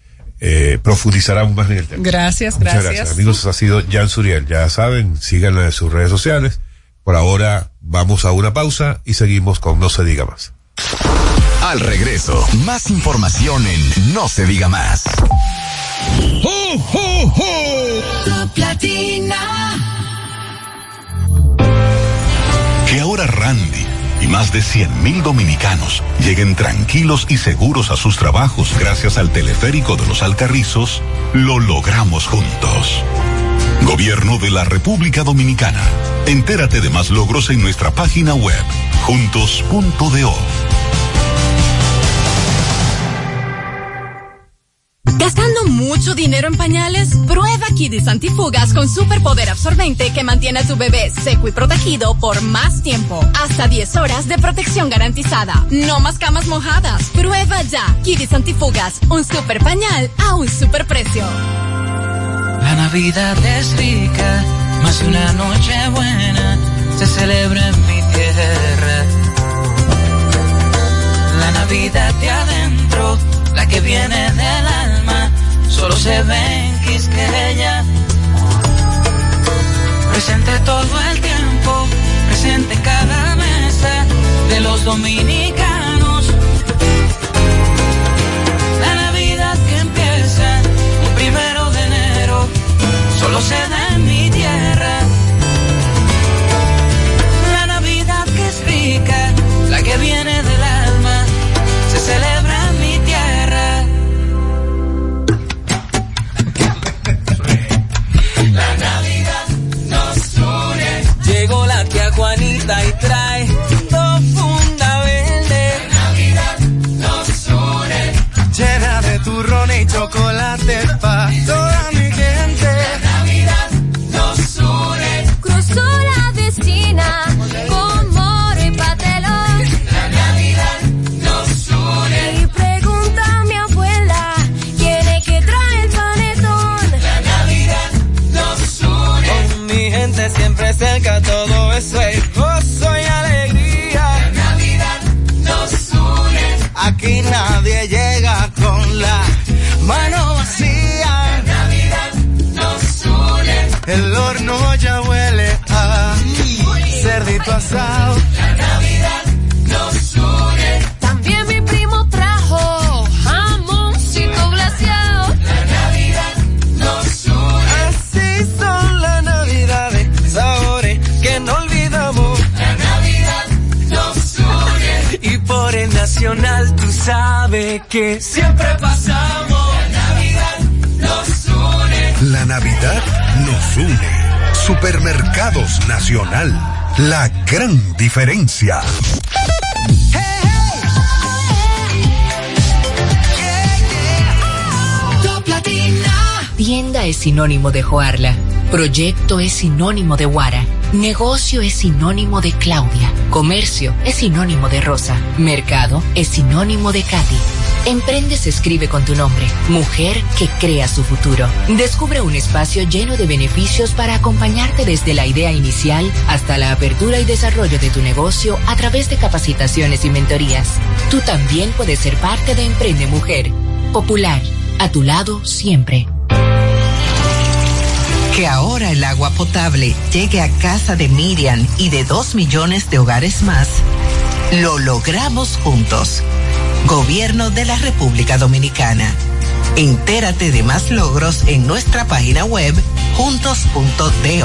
eh, profundizar aún más en el tema. Gracias, Muchas gracias. gracias. Amigos, ha sido Jan Suriel. Ya saben, síganla en sus redes sociales. Por ahora, vamos a una pausa y seguimos con No Se Diga Más. Al regreso, más información en No Se Diga Más. ¡Ho, ho, ho! Top Latina. Que ahora Randy y más de cien mil dominicanos lleguen tranquilos y seguros a sus trabajos gracias al teleférico de los Alcarrizos, lo logramos juntos. Gobierno de la República Dominicana. Entérate de más logros en nuestra página web, juntos punto do. ¿Gastando mucho dinero en pañales? Prueba Kidis Antifugas con superpoder absorbente que mantiene a tu bebé seco y protegido por más tiempo. Hasta diez horas de protección garantizada. No más camas mojadas. Prueba ya Kidis Antifugas, un super pañal a un super precio. La Navidad es rica, más de una noche buena se celebra en mi tierra. La Navidad de adentro, la que viene del alma, solo se ve en Quisqueya. Presente todo el tiempo, presente en cada mesa de los dominicanos. La Navidad que empieza un primero de enero, solo se da en mi tierra. La Navidad que es rica, la que viene del alma, se celebra en mi tierra. La Navidad nos une. Llegó la tía Juanita y trae dos fundamentos. Aquí nadie llega con la mano vacía. La Navidad nos une. El horno ya huele a cerdito asado. La Navidad nos une. También mi primo trajo jamoncito glaseado. La Navidad nos une. Así son las Navidades, sabores que no olvidamos. La Navidad nos une. Y por el Nacional tú sabes que siempre pasamos. La Navidad nos une. La Navidad nos une. Supermercados Nacional. La gran diferencia. Top Latina. Tienda es sinónimo de Joarla. Proyecto es sinónimo de Guara. Negocio es sinónimo de Claudia. Comercio es sinónimo de Rosa. Mercado es sinónimo de Katy. Emprende se escribe con tu nombre. Mujer que crea su futuro. Descubre un espacio lleno de beneficios para acompañarte desde la idea inicial hasta la apertura y desarrollo de tu negocio a través de capacitaciones y mentorías. Tú también puedes ser parte de Emprende Mujer. Popular, a tu lado siempre. Que ahora el agua potable llegue a casa de Miriam y de dos millones de hogares más, lo logramos juntos. Gobierno de la República Dominicana. Entérate de más logros en nuestra página web juntos punto do.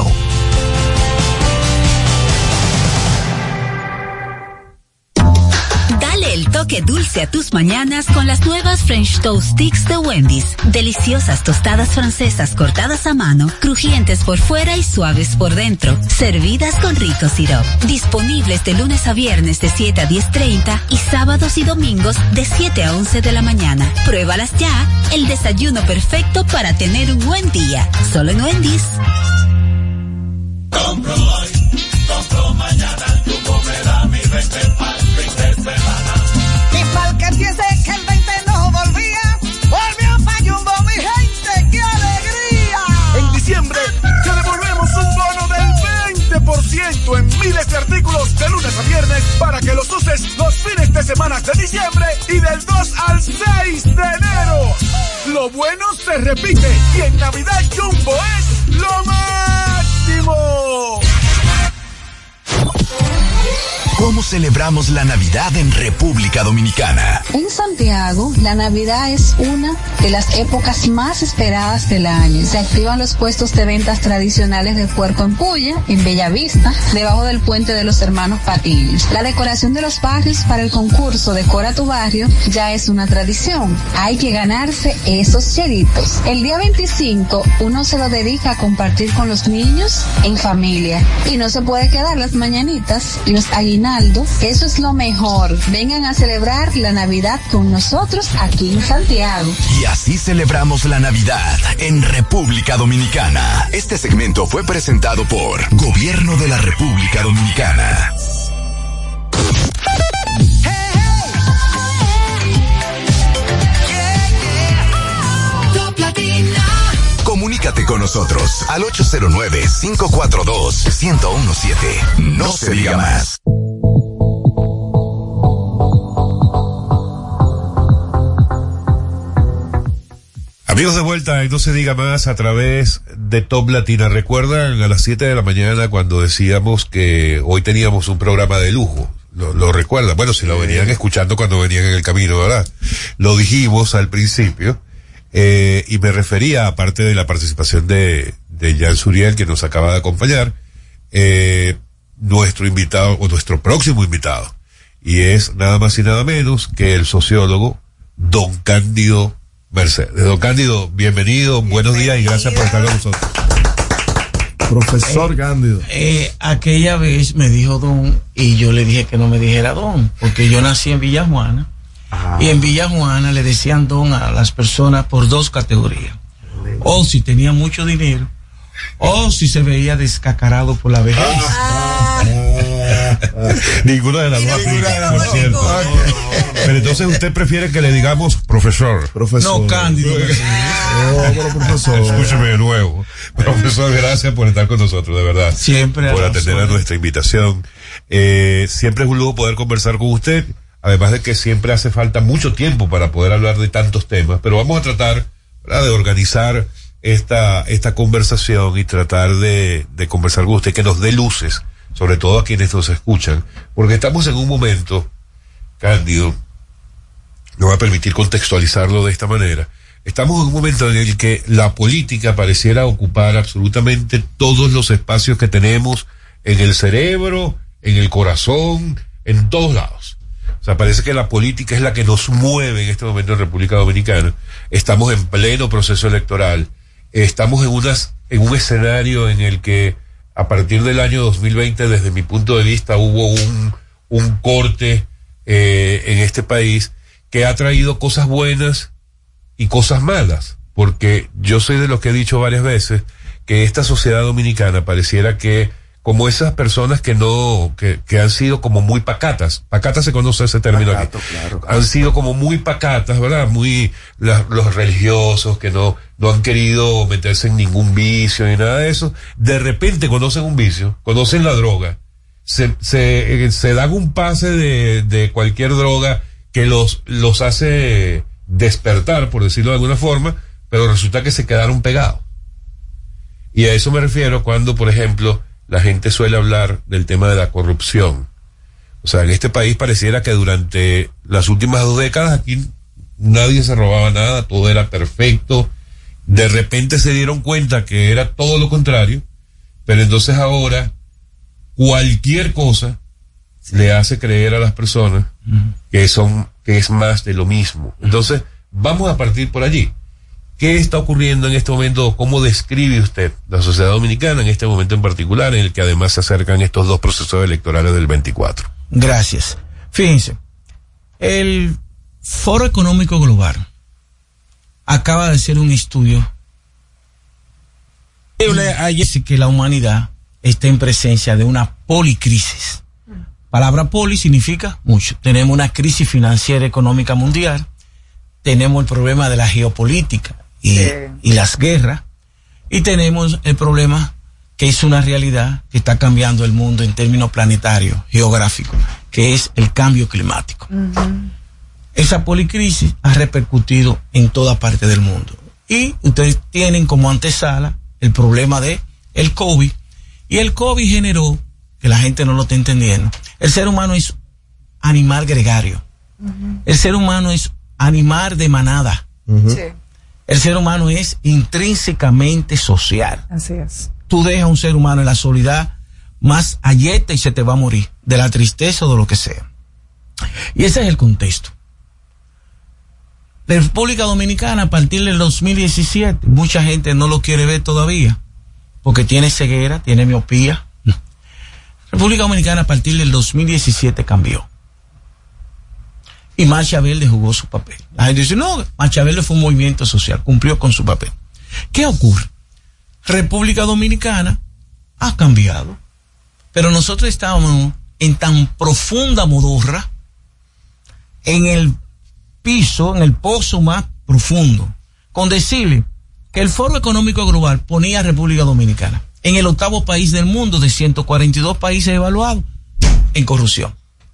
Dale el toque dulce a tus mañanas con las nuevas French Toast Sticks de Wendy's. Deliciosas tostadas francesas cortadas a mano, crujientes por fuera y suaves por dentro, servidas con rico sirope. Disponibles de lunes a viernes de siete a diez treinta y sábados y domingos de siete a once de la mañana. Pruébalas ya, el desayuno perfecto para tener un buen día. Solo en Wendy's. Compro hoy, compro mañana, Jumbo me da mi veinte pa'l fin de semana. Y pa'l que piense que el veinte no volvía, volvió pa' Jumbo, mi gente, ¡qué alegría! En diciembre te devolvemos un bono del veinte por ciento en miles de artículos de lunes a viernes para que los uses los fines de semana de diciembre y del dos al seis de enero. Lo bueno se repite y en Navidad Jumbo es lo máximo. ¿Cómo celebramos la Navidad en República Dominicana? En Santiago, la Navidad es una de las épocas más esperadas del año. Se activan los puestos de ventas tradicionales de Puerto en Puya, en Bellavista, debajo del puente de los Hermanos Patiño. La decoración de los barrios para el concurso Decora tu Barrio ya es una tradición. Hay que ganarse esos chelitos. El día veinticinco, uno se lo dedica a compartir con los niños en familia. Y no se puede quedar las mañanitas y los aguinaldos. Eso es lo mejor. Vengan a celebrar la Navidad con nosotros aquí en Santiago. Y así celebramos la Navidad en República Dominicana. Este segmento fue presentado por Gobierno de la República Dominicana. Top Latina. Comunícate con nosotros al ocho cero nueve, cinco cuatro dos, uno cero uno siete. No se diga más. Amigos, de vuelta y no se diga más a través de Top Latina. ¿Recuerdan a las siete de la mañana cuando decíamos que hoy teníamos un programa de lujo? ¿Lo, lo recuerdan? Bueno, si lo venían escuchando cuando venían en el camino, ¿verdad? Lo dijimos al principio, eh, y me refería, aparte de la participación de, de Jan Suriel, que nos acaba de acompañar, eh, nuestro invitado, o nuestro próximo invitado, y es nada más y nada menos que el sociólogo Don Cándido Mercedes. Don Cándido, bienvenido, buenos días y gracias por estar con nosotros. Profesor eh, Cándido. Eh, aquella vez me dijo Don y yo le dije que no me dijera Don, porque yo nací en Villa Juana. Ah. Y en Villa Juana le decían Don a las personas por dos categorías: o si tenía mucho dinero, o si se veía descacarado por la vejez. Ah. Ninguna de las dos aplica, por cierto. Okay. Pero entonces usted prefiere que le digamos profesor. Profesor. No, Cándido. No, pero profesor. Escúcheme de nuevo. Profesor, gracias por estar con nosotros, de verdad. Siempre. Por atender a nuestra invitación. Eh, siempre es un lujo poder conversar con usted. además de que siempre hace falta mucho tiempo para poder hablar de tantos temas, pero vamos a tratar, ¿verdad?, de organizar esta, esta conversación y tratar de, de conversar con usted, que nos dé luces, sobre todo a quienes nos escuchan, porque estamos en un momento, Cándido, me va a permitir contextualizarlo de esta manera. Estamos en un momento en el que la política pareciera ocupar absolutamente todos los espacios que tenemos en el cerebro, en el corazón, en todos lados. O sea, parece que la política es la que nos mueve en este momento en República Dominicana. Estamos en pleno proceso electoral. Estamos en unas, en un escenario en el que a partir del año dos mil veinte, desde mi punto de vista, hubo un, un corte eh, en este país que ha traído cosas buenas y cosas malas, porque yo soy de los que he dicho varias veces que esta sociedad dominicana pareciera que, como esas personas que no, que, que han sido como muy pacatas, pacatas se conoce ese término Pacato, aquí, claro, claro. Han sido como muy pacatas, ¿verdad? Muy, la, los religiosos que no, no han querido meterse en ningún vicio ni nada de eso, de repente conocen un vicio, conocen la droga, se, se, se dan un pase de, de cualquier droga que los, los hace despertar, por decirlo de alguna forma, pero resulta que se quedaron pegados. Y a eso me refiero cuando, por ejemplo, la gente suele hablar del tema de la corrupción. O sea, en este país pareciera que durante las últimas dos décadas aquí nadie se robaba nada, todo era perfecto. De repente se dieron cuenta que era todo lo contrario, pero entonces ahora cualquier cosa le hace creer a las personas uh-huh. que son, que es más de lo mismo. Entonces, vamos a partir por allí. ¿Qué está ocurriendo en este momento? ¿Cómo describe usted la sociedad dominicana en este momento en particular, en el que además se acercan estos dos procesos electorales del veinticuatro? Gracias. Fíjense, el Foro Económico Global acaba de hacer un estudio. Dice que la humanidad está en presencia de una policrisis. Palabra poli significa mucho. Tenemos una crisis financiera económica mundial, tenemos el problema de la geopolítica y, sí. y las guerras, y tenemos el problema que es una realidad que está cambiando el mundo en términos planetarios, geográficos, que es el cambio climático. Uh-huh. Esa policrisis ha repercutido en toda parte del mundo. Y ustedes tienen como antesala el problema de el COVID, y el COVID generó, que la gente no lo está entendiendo, el ser humano es animal gregario. Uh-huh. El ser humano es animal de manada. Uh-huh. Sí. El ser humano es intrínsecamente social. Así es. Tú dejas a un ser humano en la soledad más ayeta y se te va a morir, de la tristeza o de lo que sea. Y ese es el contexto. La República Dominicana, a partir del dos mil diecisiete, mucha gente no lo quiere ver todavía, porque tiene ceguera, tiene miopía. República Dominicana, a partir del dos mil diecisiete, cambió. Y Marcha Verde jugó su papel. La gente dice, no, Marcha Verde fue un movimiento social, cumplió con su papel. ¿Qué ocurre? República Dominicana ha cambiado, pero nosotros estábamos en tan profunda modorra, en el piso, en el pozo más profundo, con decirle que el Foro Económico Global ponía a República Dominicana en el octavo país del mundo de ciento cuarenta y dos países evaluados en corrupción.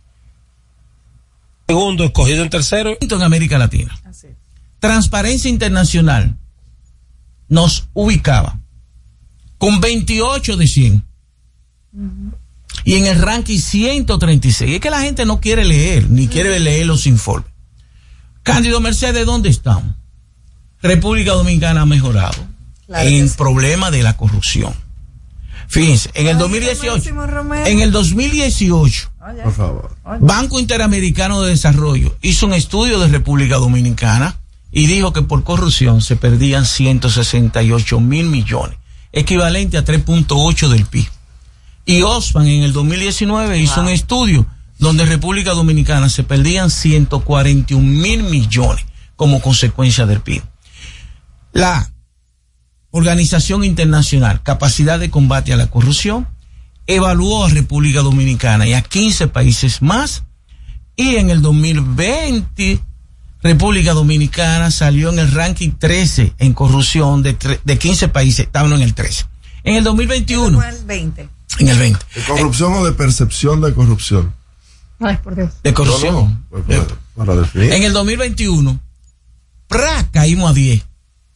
Segundo, escogido en tercero. En América Latina. Así. Transparencia Internacional nos ubicaba con veintiocho de cien. Uh-huh. Y en el ranking ciento treinta y seis. Es que la gente no quiere leer, ni uh-huh. quiere leer los informes. Cándido Mercedes, ¿dónde estamos? República Dominicana ha mejorado claro en el sí. problema de la corrupción. Fíjense, en el Ay, dos mil dieciocho, en el dos mil dieciocho, Oye. por favor, Oye. Banco Interamericano de Desarrollo hizo un estudio de República Dominicana y dijo que por corrupción se perdían ciento sesenta y ocho mil millones, equivalente a tres punto ocho del P I B. Y Osman en el dos mil diecinueve hizo wow. un estudio donde en República Dominicana se perdían ciento cuarenta y un mil millones como consecuencia del P I B. La Organización Internacional Capacidad de Combate a la Corrupción evaluó a República Dominicana y a quince países más, y en el dos mil veinte República Dominicana salió en el ranking trece en corrupción de, tre- de quince países, estaban en el trece. En el dos mil veintiuno. En el veinte. En el veinte. ¿De corrupción eh, o de percepción de corrupción? Ay, por Dios. De corrupción. No, no, para, para definir. En el dos mil veintiuno, ¡pra! Caímos a diez.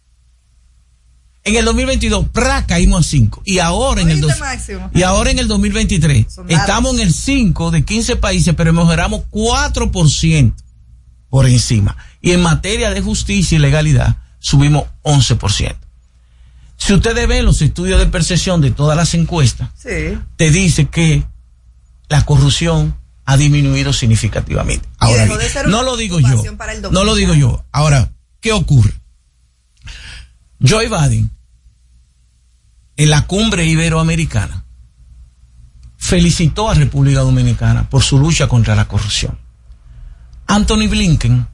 En el dos mil veintidós, ¡pra! Caímos a cinco. Y ahora en el dos, y ahora en el dos mil veintitrés, estamos en el cinco de quince países, pero mejoramos cuatro por ciento por encima. Y en materia de justicia y legalidad, subimos once por ciento. Si ustedes ven los estudios de percepción de todas las encuestas, sí, te dice que la corrupción ha disminuido significativamente. Ahora, no lo digo yo, no lo digo yo. Ahora, ¿qué ocurre? Joe Biden, en la cumbre iberoamericana, felicitó a República Dominicana por su lucha contra la corrupción. Anthony Blinken,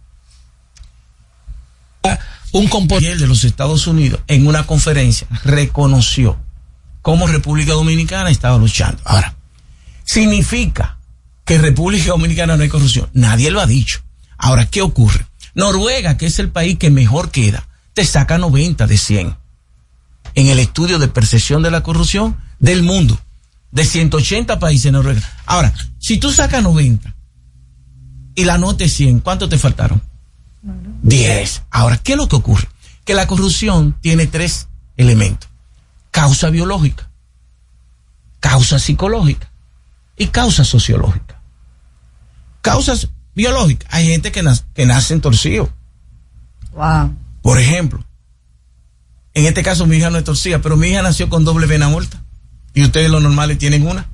un compañero de los Estados Unidos, en una conferencia, reconoció cómo República Dominicana estaba luchando. Ahora, ¿significa que en República Dominicana no hay corrupción? Nadie lo ha dicho. Ahora, ¿qué ocurre? Noruega, que es el país que mejor queda, te saca noventa de cien en el estudio de percepción de la corrupción del mundo, de ciento ochenta países en Noruega. Ahora, si tú sacas noventa y la nota es cien, ¿cuánto te faltaron? diez. Ahora, ¿qué es lo que ocurre? Que la corrupción tiene tres elementos: causa biológica, causa psicológica y causa sociológica. Causas biológicas: hay gente que, nace, que nacen torcidos. Wow. Por ejemplo, en este caso mi hija no es torcida, pero mi hija nació con doble vena muerta y ustedes los normales tienen una.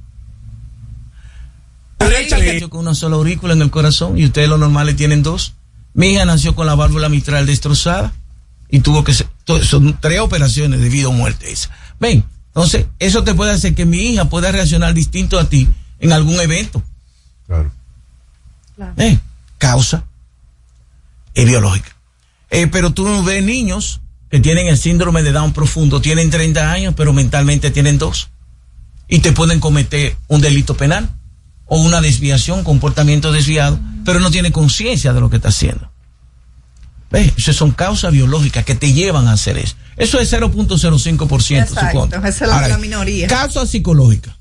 Ella nació con una sola aurícula en el corazón y ustedes los normales tienen dos. Mi hija nació con la válvula mitral destrozada y tuvo que ser, son tres operaciones de vida o muerte esa. Ven, entonces eso te puede hacer que mi hija pueda reaccionar distinto a ti en algún evento. Claro. Claro. Eh, causa es biológica. Eh, pero tú ves niños que tienen el síndrome de Down profundo, tienen treinta años, pero mentalmente tienen dos. Y te pueden cometer un delito penal o una desviación, comportamiento desviado, pero no tiene conciencia de lo que está haciendo. ¿Ves? Esas son causas biológicas que te llevan a hacer eso. Eso es cero punto cero cinco por ciento. Exacto, esa es la, Ahora, la minoría. Causa psicológica.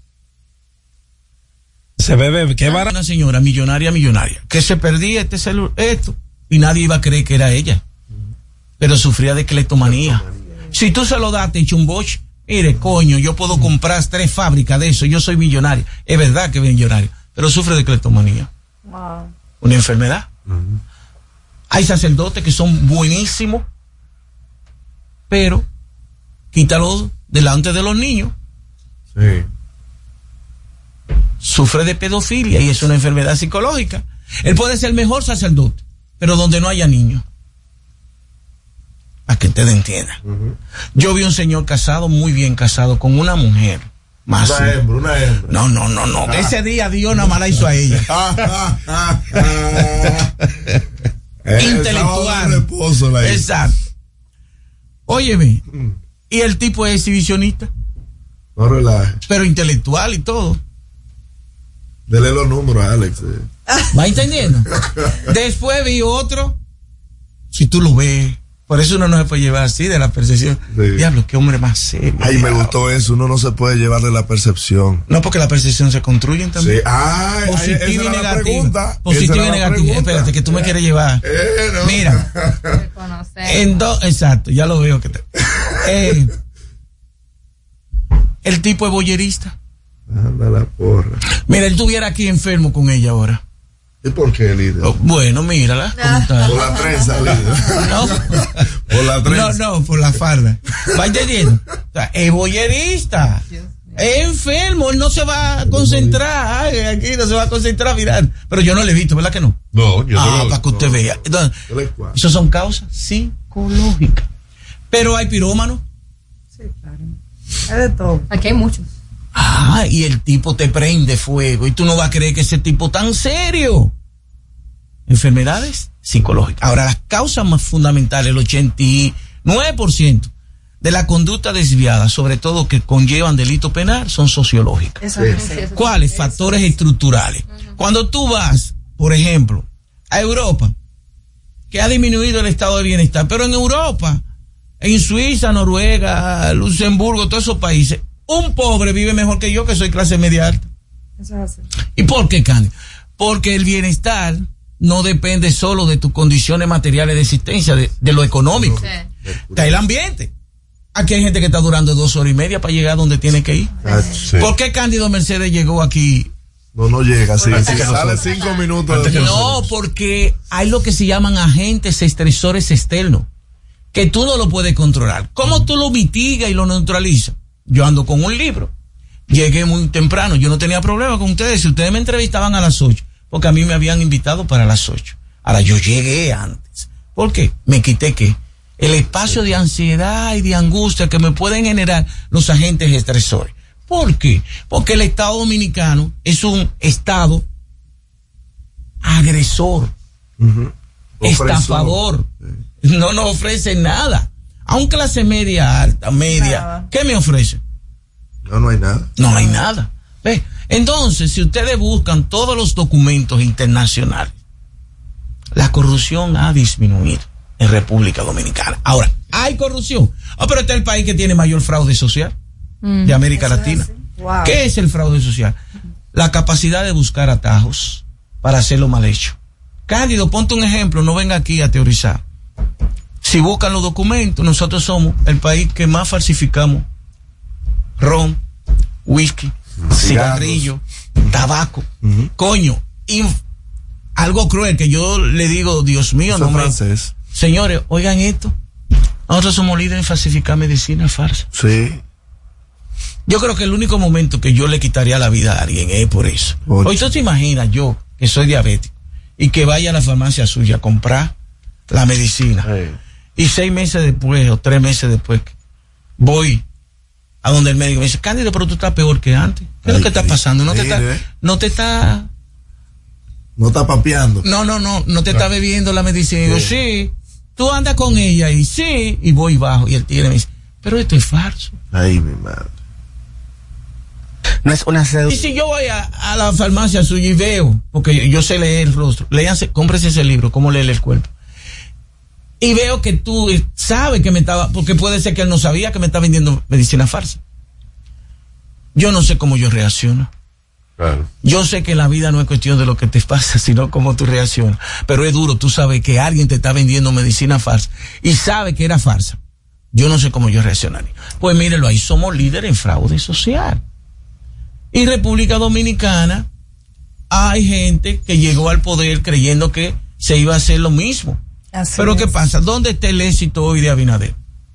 Se bebe, qué barata. Una señora millonaria, millonaria, que se perdía este celu- esto, y nadie iba a creer que era ella. Pero sufría de cleptomanía. Si tú se lo das, te echa un boche. Mire, coño, yo puedo comprar tres fábricas de eso, yo soy millonario. Es verdad que es millonario, pero sufre de cleptomanía. Wow. Una enfermedad. Uh-huh. Hay sacerdotes que son buenísimos, pero quítalo delante de los niños. Sí. Sufre de pedofilia y es una enfermedad psicológica. Él puede ser el mejor sacerdote, pero donde no haya niños. Para que ustedes entiendan. Uh-huh. Yo vi un señor casado, muy bien casado, con una mujer. Más una hembra, una hembra. No, no, no, no. Ah. Ese día Dios nada más la hizo a ella. Intelectual. Reposo, exacto. Óyeme, mm. y el tipo es exhibicionista. No relaje. Pero intelectual y todo. Dele los números a Alex. Eh. ¿Va entendiendo? Después vi otro. Si tú lo ves. Por eso uno no se puede llevar así de la percepción. Sí. Diablo, qué hombre más serio. Ay, diablo. Me gustó eso. Uno no se puede llevar de la percepción. No, porque la percepción se construye también. Sí. Ay, positiva ay, y negativa. Positiva y negativa. Espérate, que tú me quieres llevar. Eh, no. Mira. En do, exacto, ya lo veo que te. Eh, el tipo es boyerista. Anda la porra. Mira, él estuviera aquí enfermo con ella ahora. ¿Y por qué, líder? Oh, bueno, mírala. ¿Cómo está? Por la trenza, líder. No. Por la trenza. No, no, por la farda. ¿Va entendiendo? O sea, es boyerista. Es enfermo, él no se va a concentrar. Ay, aquí no se va a concentrar mirando. Pero yo no le he visto, ¿verdad que no? No, yo ah, no. para que usted no. vea. Entonces, eso son causas psicológicas. Pero hay pirómanos. Sí, claro. Es de todo. Aquí hay muchos. Ah, y el tipo te prende fuego y tú no vas a creer que ese tipo tan serio. Enfermedades psicológicas. Ahora, las causas más fundamentales, el ochenta y nueve por ciento de la conducta desviada, sobre todo que conllevan delito penal, son sociológicas. Eso es, sí. ¿Cuáles? Eso Factores es. estructurales. Uh-huh. Cuando tú vas, por ejemplo, a Europa, que ha disminuido el estado de bienestar, pero en Europa, en Suiza, Noruega, Luxemburgo, todos esos países, un pobre vive mejor que yo, que soy clase media alta. Eso es así. ¿Y por qué, Candy? Porque el bienestar no depende solo de tus condiciones materiales de existencia, de, de lo económico. Sí. Está el ambiente. Aquí hay gente que está durando dos horas y media para llegar donde tiene que ir. Sí. ¿Por qué Cándido Mercedes llegó aquí? No, no llega, sí. Sale cinco minutos. No, porque hay lo que se llaman agentes estresores externos, que tú no lo puedes controlar. ¿Cómo tú lo mitigas y lo neutralizas? Yo ando con un libro. Llegué muy temprano, yo no tenía problema con ustedes. Si ustedes me entrevistaban a las ocho, porque a mí me habían invitado para las ocho. Ahora yo llegué antes. ¿Por qué? Me quité ¿qué? El espacio de ansiedad y de angustia que me pueden generar los agentes estresores. ¿Por qué? Porque el Estado Dominicano es un Estado agresor, uh-huh. estafador, sí. No nos ofrece nada. A un clase media alta, media, nada. ¿Qué me ofrece? No, no hay nada. No hay nada. ¿Ve? Entonces, si ustedes buscan todos los documentos internacionales, la corrupción ha disminuido en República Dominicana. Ahora, ¿hay corrupción? Ah, pero este es el país que tiene mayor fraude social mm, de América Latina. Es wow. ¿Qué es el fraude social? La capacidad de buscar atajos para hacerlo mal hecho. Cándido, ponte un ejemplo, no venga aquí a teorizar. Si buscan los documentos, nosotros somos el país que más falsificamos ron, whisky, cigarrillo, tabaco. Uh-huh. Coño, inf- algo cruel que yo le digo, Dios mío, eso no me... francés. Señores, oigan esto. Nosotros somos líderes en falsificar medicina falsa. Sí. Yo creo que el único momento que yo le quitaría la vida a alguien es por eso. Oye, ¿tú te imaginas yo, que soy diabético, y que vaya a la farmacia suya a comprar la medicina? Sí. Y seis meses después, o tres meses después, voy a donde el médico me dice, Cándido, pero tú estás peor que antes. ¿Qué es lo que está pasando? No te está... No te está... No está papeando. No, no, no, no te no. está bebiendo la medicina. Y digo, sí, tú andas con ella y sí, y voy bajo. Y el tigre me dice, pero esto es falso. Ay, mi madre. No es una seducción. Y si yo voy a, a la farmacia suya y veo, porque yo sé leer el rostro, léanse, cómprese ese libro, cómo leer el cuerpo. Y veo que tú sabes que me estaba, porque puede ser que él no sabía que me está vendiendo medicina falsa. Yo no sé cómo yo reacciono. Claro. Yo sé que la vida no es cuestión de lo que te pasa, sino cómo tú reaccionas. Pero es duro, tú sabes que alguien te está vendiendo medicina falsa y sabe que era falsa. Yo no sé cómo yo reaccionaría. Pues mírelo, ahí somos líderes en fraude social. Y República Dominicana hay gente que llegó al poder creyendo que se iba a hacer lo mismo. Así Pero es. ¿Qué pasa? ¿Dónde está el éxito hoy de Abinader?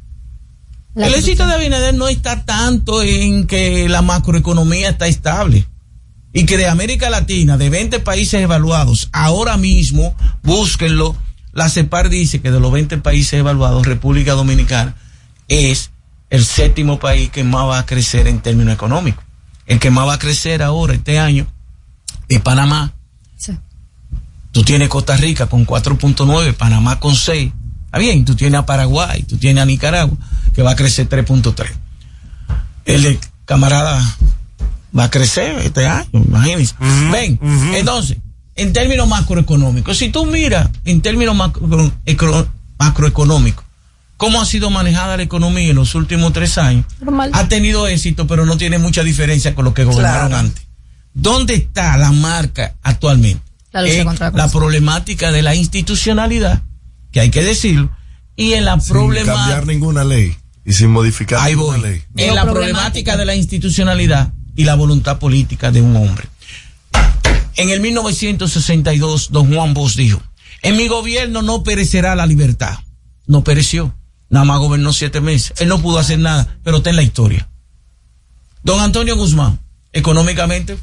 La el éxito de Abinader no está tanto en que la macroeconomía está estable y que de América Latina, de veinte países evaluados, ahora mismo, búsquenlo, la CEPAR dice que de los veinte países evaluados, República Dominicana es el séptimo país que más va a crecer en términos económicos. El que más va a crecer ahora, este año, es Panamá. Sí. Tú tienes Costa Rica con cuatro punto nueve, Panamá con seis. Está bien, tú tienes a Paraguay, tú tienes a Nicaragua, que va a crecer tres punto tres. El de camarada va a crecer este año, imagínense. Uh-huh, Ven, uh-huh. Entonces, en términos macroeconómicos, si tú miras en términos macro, ecro, macroeconómicos, cómo ha sido manejada la economía en los últimos tres años, normal. Ha tenido éxito, pero no tiene mucha diferencia con lo que gobernaron claro. antes. ¿Dónde está la marca actualmente? La, lucha eh, contra la, la problemática de la institucionalidad, que hay que decirlo, y en la problemática... Sin cambiar ninguna ley y sin modificar ahí ninguna voy. ley. En la problemática de la institucionalidad y la voluntad política de un hombre. En el mil novecientos sesenta y dos, don Juan Bosch dijo, en mi gobierno no perecerá la libertad. No pereció. Nada más gobernó siete meses. Él no pudo hacer nada, pero está en la historia. Don Antonio Guzmán, económicamente,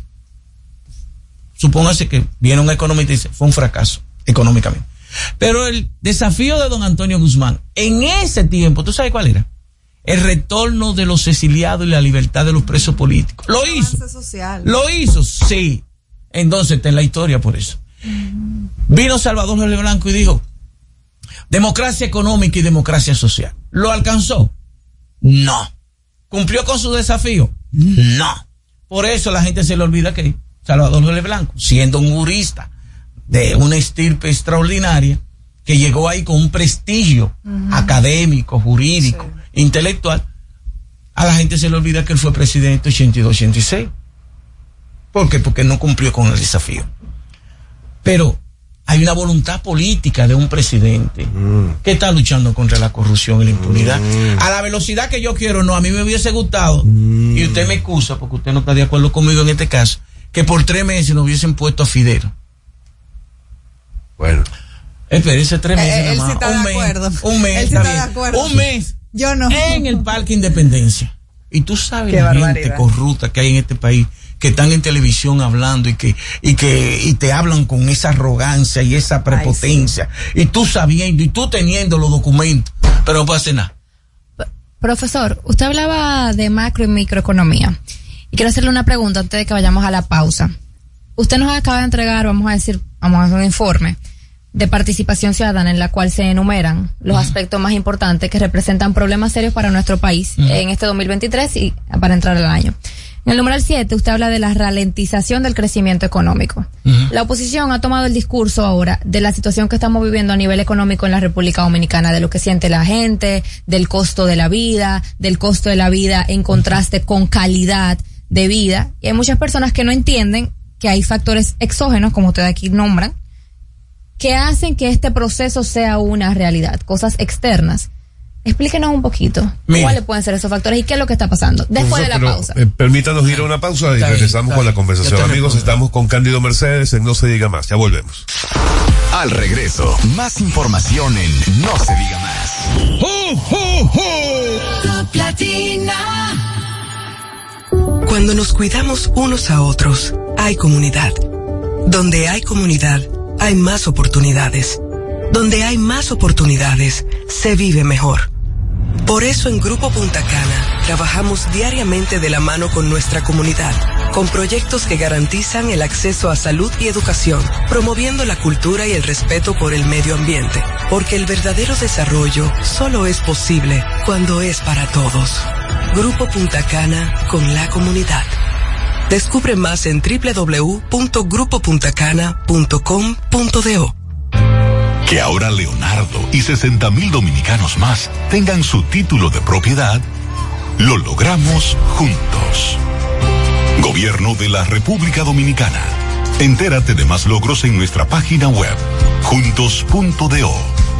supóngase que viene un economista y dice, fue un fracaso económicamente. Pero el desafío de don Antonio Guzmán, en ese tiempo, ¿tú sabes cuál era? El retorno de los exiliados y la libertad de los presos políticos. Lo hizo. Lo hizo, sí. Entonces está en la historia por eso. Vino Salvador Jorge Blanco y dijo, democracia económica y democracia social. ¿Lo alcanzó? No. ¿Cumplió con su desafío? No. Por eso la gente se le olvida que Salvador Jorge Blanco, siendo un jurista de una estirpe extraordinaria, que llegó ahí con un prestigio uh-huh. académico, jurídico, sí. intelectual, a la gente se le olvida que él fue presidente ochenta y dos ochenta y seis. ¿Por qué? Porque no cumplió con el desafío. Pero hay una voluntad política de un presidente mm. que está luchando contra la corrupción y la impunidad. Mm. A la velocidad que yo quiero, no, a mí me hubiese gustado, mm. y usted me excusa porque usted no está de acuerdo conmigo en este caso, que por tres meses nos hubiesen puesto a Fidel. Bueno. Espérese, tres meses. Eh, él nada más. sí está un de acuerdo. Mes, un mes, él sí está está bien. de acuerdo. Un mes. Yo no. En el Parque Independencia. Y tú sabes Qué la barbaridad. gente corrupta que hay en este país, que están en televisión hablando y que y que y te hablan con esa arrogancia y esa prepotencia. Ay, sí. Y tú sabiendo y tú teniendo los documentos, pero no puede hacer nada. P- Profesor, usted hablaba de macro y microeconomía. Y quiero hacerle una pregunta antes de que vayamos a la pausa. Usted nos acaba de entregar, vamos a decir, vamos a hacer un informe de participación ciudadana en la cual se enumeran los uh-huh. aspectos más importantes que representan problemas serios para nuestro país uh-huh. en este dos mil veintitrés y para entrar al año. En el numeral siete usted habla de la ralentización del crecimiento económico. Uh-huh. La oposición ha tomado el discurso ahora de la situación que estamos viviendo a nivel económico en la República Dominicana, de lo que siente la gente, del costo de la vida, del costo de la vida en contraste con calidad de vida. Y hay muchas personas que no entienden que hay factores exógenos, como ustedes aquí nombran, que hacen que este proceso sea una realidad, cosas externas. Explíquenos un poquito. Mira, ¿cuáles pueden ser esos factores y qué es lo que está pasando después de la pero, pausa? Eh, permítanos ir a una pausa y está regresamos bien, con la conversación. Amigos, estamos con Cándido Mercedes en No Se Diga Más. Ya volvemos. Al regreso, más información en No Se Diga Más. ¡Oh, oh, oh! Top Latina. Cuando nos cuidamos unos a otros, hay comunidad. Donde hay comunidad, hay más oportunidades. Donde hay más oportunidades, se vive mejor. Por eso en Grupo Punta Cana trabajamos diariamente de la mano con nuestra comunidad, con proyectos que garantizan el acceso a salud y educación, promoviendo la cultura y el respeto por el medio ambiente, porque el verdadero desarrollo solo es posible cuando es para todos. Grupo Punta Cana con la comunidad. Descubre más en doble u doble u doble u punto grupo punta cana punto com punto do. Que ahora Leonardo y sesenta mil dominicanos más tengan su título de propiedad, lo logramos juntos. Gobierno de la República Dominicana. Entérate de más logros en nuestra página web, juntos punto do.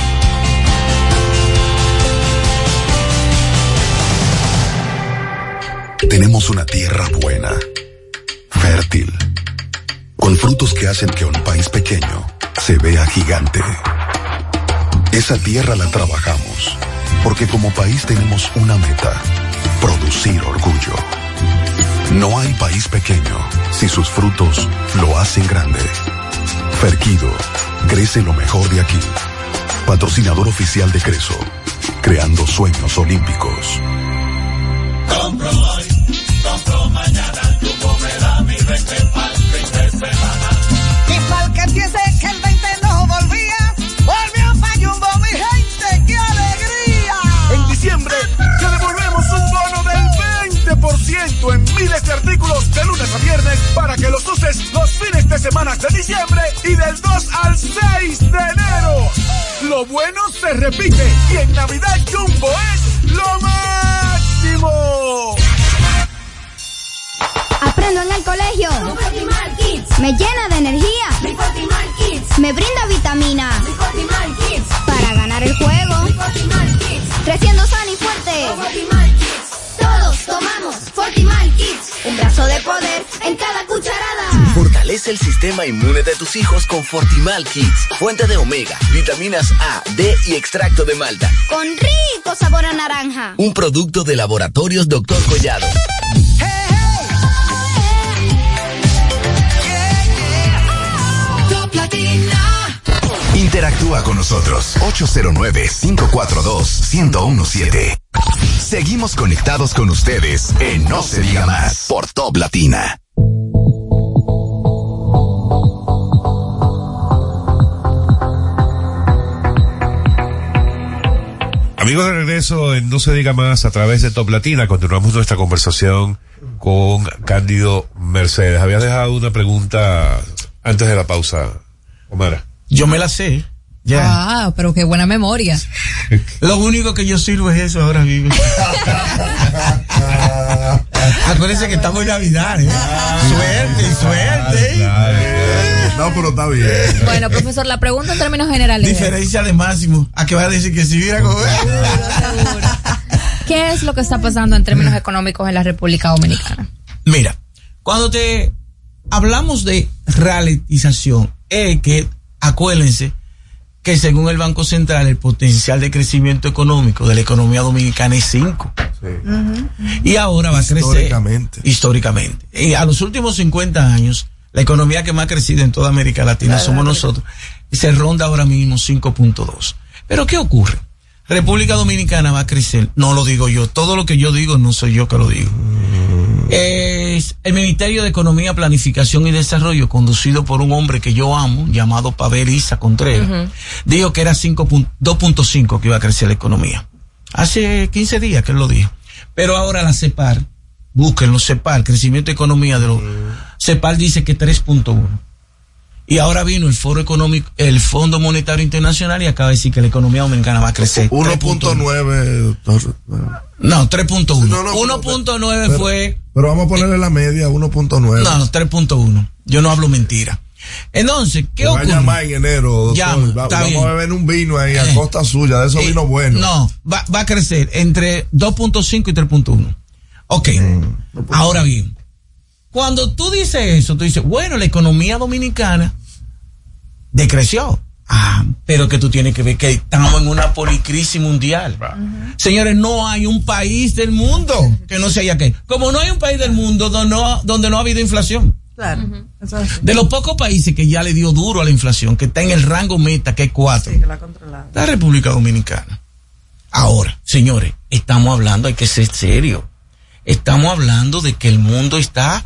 Tenemos una tierra buena, fértil, con frutos que hacen que un país pequeño se vea gigante. Esa tierra la trabajamos, porque como país tenemos una meta: producir orgullo. No hay país pequeño si sus frutos lo hacen grande. Ferquido, crece lo mejor de aquí. Patrocinador oficial de Creso, creando sueños olímpicos. Compro hoy, compro mañana, Jumbo me da mi veinte pa'l fin de semana. Y pa'l que piense que el veinte no volvía, volvió pa' Jumbo, mi gente, ¡qué alegría! En diciembre te devolvemos un bono del veinte por ciento en miles de artículos de lunes a viernes para que los uses los fines de semana de diciembre y del dos al seis de enero. Lo bueno se repite y en Navidad Jumbo es lo máximo. Aprendo en el colegio. Fortimal Kids. Me llena de energía. Mi Fortimal Kids. Me brinda vitaminas. Mi Fortimal Kids. Para ganar el juego. Mi Fortimal Kids. Creciendo sano y fuerte. Fortimal Kids. Todos tomamos Fortimal Kids. Un brazo de poder en cada cucharada. Fortalece el sistema inmune de tus hijos con Fortimal Kids. Fuente de omega, vitaminas A, D y extracto de malta. Con rico sabor a naranja. Un producto de Laboratorios Doctor Collado. Interactúa con nosotros. ocho cero nueve, cinco cuatro dos, uno cero uno siete. Seguimos conectados con ustedes en No Se Diga Más por Top Latina. Amigos, de regreso en No Se Diga Más a través de Top Latina. Continuamos nuestra conversación con Cándido Mercedes. Habías dejado una pregunta antes de la pausa, Omar. Yo me la sé. Ya. Ah, pero qué buena memoria. Lo único que yo sirvo es eso ahora mismo. Acuérdense que estamos en Navidad, ¿eh? Suerte y suerte. Claro, claro. No, pero está bien. Bueno, profesor, la pregunta en términos generales. Diferencia de Máximo. ¿A qué va a decir que si mira cómo es? ¿Qué es lo que está pasando en términos económicos en la República Dominicana? Mira, cuando te hablamos de ralentización, es que acuérdense que según el Banco Central el potencial de crecimiento económico de la economía dominicana es cinco. Sí. Uh-huh. Y ahora va a crecer históricamente. Históricamente. Y a los últimos cincuenta años, la economía que más ha crecido en toda América Latina claro, somos nosotros. Y se ronda ahora mismo cinco punto dos. Pero ¿qué ocurre? República Dominicana va a crecer. No lo digo yo. Todo lo que yo digo no soy yo que lo digo. Es el Ministerio de Economía, Planificación y Desarrollo, conducido por un hombre que yo amo, llamado Pavel Isa Contreras, uh-huh. dijo que era dos punto cinco que iba a crecer la economía. Hace quince días que él lo dijo. Pero ahora la CEPAL, búsquenlo, CEPAL, crecimiento de economía de los... Uh-huh. CEPAL dice que tres punto uno. Y ahora vino el Foro Económico, el Fondo Monetario Internacional y acaba de decir que la economía dominicana va a crecer. uno punto nueve. No, tres punto uno. No, no, uno punto nueve pero, fue... Pero vamos a ponerle la media, uno punto nueve. No, no, tres punto uno. Yo no hablo mentira. Entonces, ¿qué ocurre? Va a llamar en enero, doctor. Llama, va, está vamos bien. a beber un vino ahí a costa suya, de esos eh, vinos buenos. No, va, va a crecer entre dos punto cinco y tres punto uno. Ok, mm, no ahora bien, cuando tú dices eso, tú dices, bueno, la economía dominicana decreció. Ah, pero que tú tienes que ver que estamos en una policrisis mundial. Uh-huh. Señores, no hay un país del mundo que no se haya que. Como no hay un país del mundo donde no, donde no ha habido inflación. Claro. Uh-huh. Eso es. De los pocos países que ya le dio duro a la inflación, que está en el rango meta, que es cuatro, sí, que la, ha controlado. La República Dominicana. Ahora, señores, estamos hablando, hay que ser serio. Estamos hablando de que el mundo está...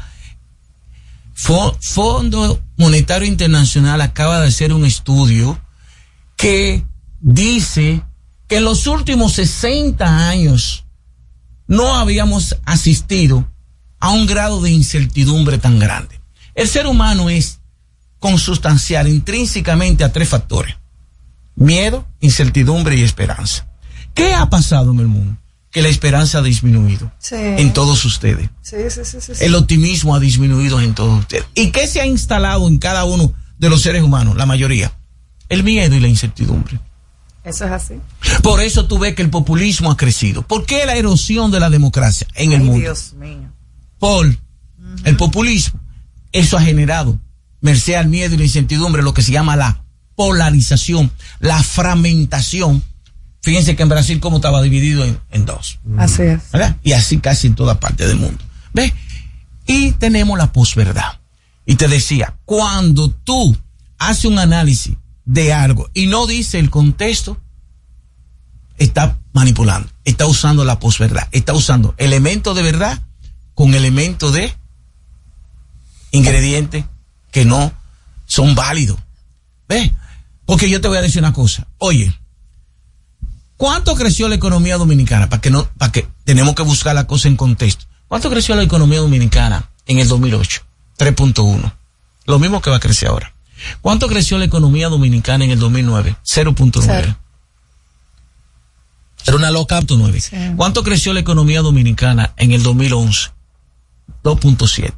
Fondo Monetario Internacional acaba de hacer un estudio que dice que en los últimos sesenta años no habíamos asistido a un grado de incertidumbre tan grande. El ser humano es consustancial intrínsecamente a tres factores: miedo, incertidumbre y esperanza. ¿Qué ha pasado en el mundo? Que la esperanza ha disminuido sí. en todos ustedes. Sí, sí, sí, sí, sí. El optimismo ha disminuido en todos ustedes. ¿Y qué se ha instalado en cada uno de los seres humanos? La mayoría. El miedo y la incertidumbre. Eso es así. Por eso tú ves que el populismo ha crecido. ¿Por qué la erosión de la democracia en Ay, el mundo? Dios mío. Por uh-huh. el populismo. Eso ha generado, merced al miedo y la incertidumbre, lo que se llama la polarización, la fragmentación. Fíjense que en Brasil como estaba dividido en, en dos. Así es. ¿Verdad? Y así casi en toda parte del mundo. ¿Ves? Y tenemos la posverdad. Y te decía, cuando tú haces un análisis de algo y no dice el contexto, está manipulando, está usando la posverdad, está usando elementos de verdad con elementos de ingredientes que no son válidos. ¿Ves? Porque yo te voy a decir una cosa. Oye, ¿cuánto creció la economía dominicana? Para que no, para que tenemos que buscar la cosa en contexto. ¿Cuánto creció la economía dominicana en el dos mil ocho? tres punto uno. Lo mismo que va a crecer ahora. ¿Cuánto creció la economía dominicana en el dos mil nueve? cero punto nueve. Era una loca nueve. Sí. ¿Cuánto creció la economía dominicana en el dos mil once? dos punto siete.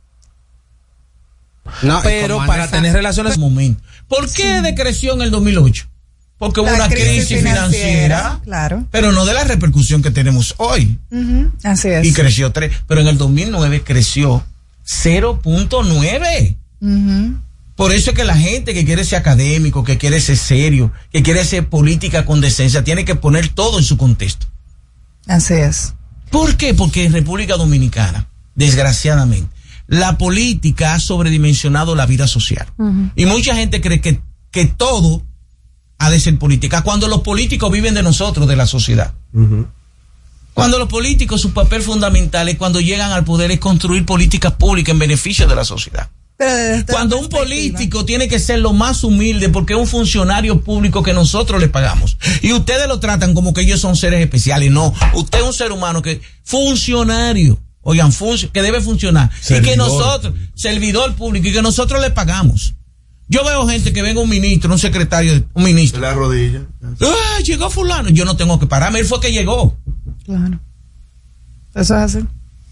No, pero para esa... tener relaciones momento. ¿Por qué sí. decreció en el dos mil ocho? Porque hubo la una crisis, crisis financiera, financiera, claro, pero no de la repercusión que tenemos hoy. Uh-huh, así es. Y creció tres, pero en el dos mil nueve creció cero punto nueve. Uh-huh. Por eso es que la gente que quiere ser académico, que quiere ser serio, que quiere hacer política con decencia, tiene que poner todo en su contexto. Así es. ¿Por qué? Porque en República Dominicana, desgraciadamente, la política ha sobredimensionado la vida social. Uh-huh. Y mucha gente cree que, que todo ha de ser política, cuando los políticos viven de nosotros, de la sociedad. Uh-huh. Cuando los políticos, su papel fundamental es cuando llegan al poder es construir políticas públicas en beneficio de la sociedad. Pero cuando un político tiene que ser lo más humilde porque es un funcionario público que nosotros le pagamos. Y ustedes lo tratan como que ellos son seres especiales. No, usted es un ser humano que funcionario, oigan, func- que debe funcionar. Servidor. Y que nosotros, servidor público, y que nosotros le pagamos. Yo veo gente que venga un ministro, un secretario, un ministro. De la rodilla. ¡Ah, llegó fulano! Yo no tengo que pararme, él fue que llegó. Claro. Eso es así.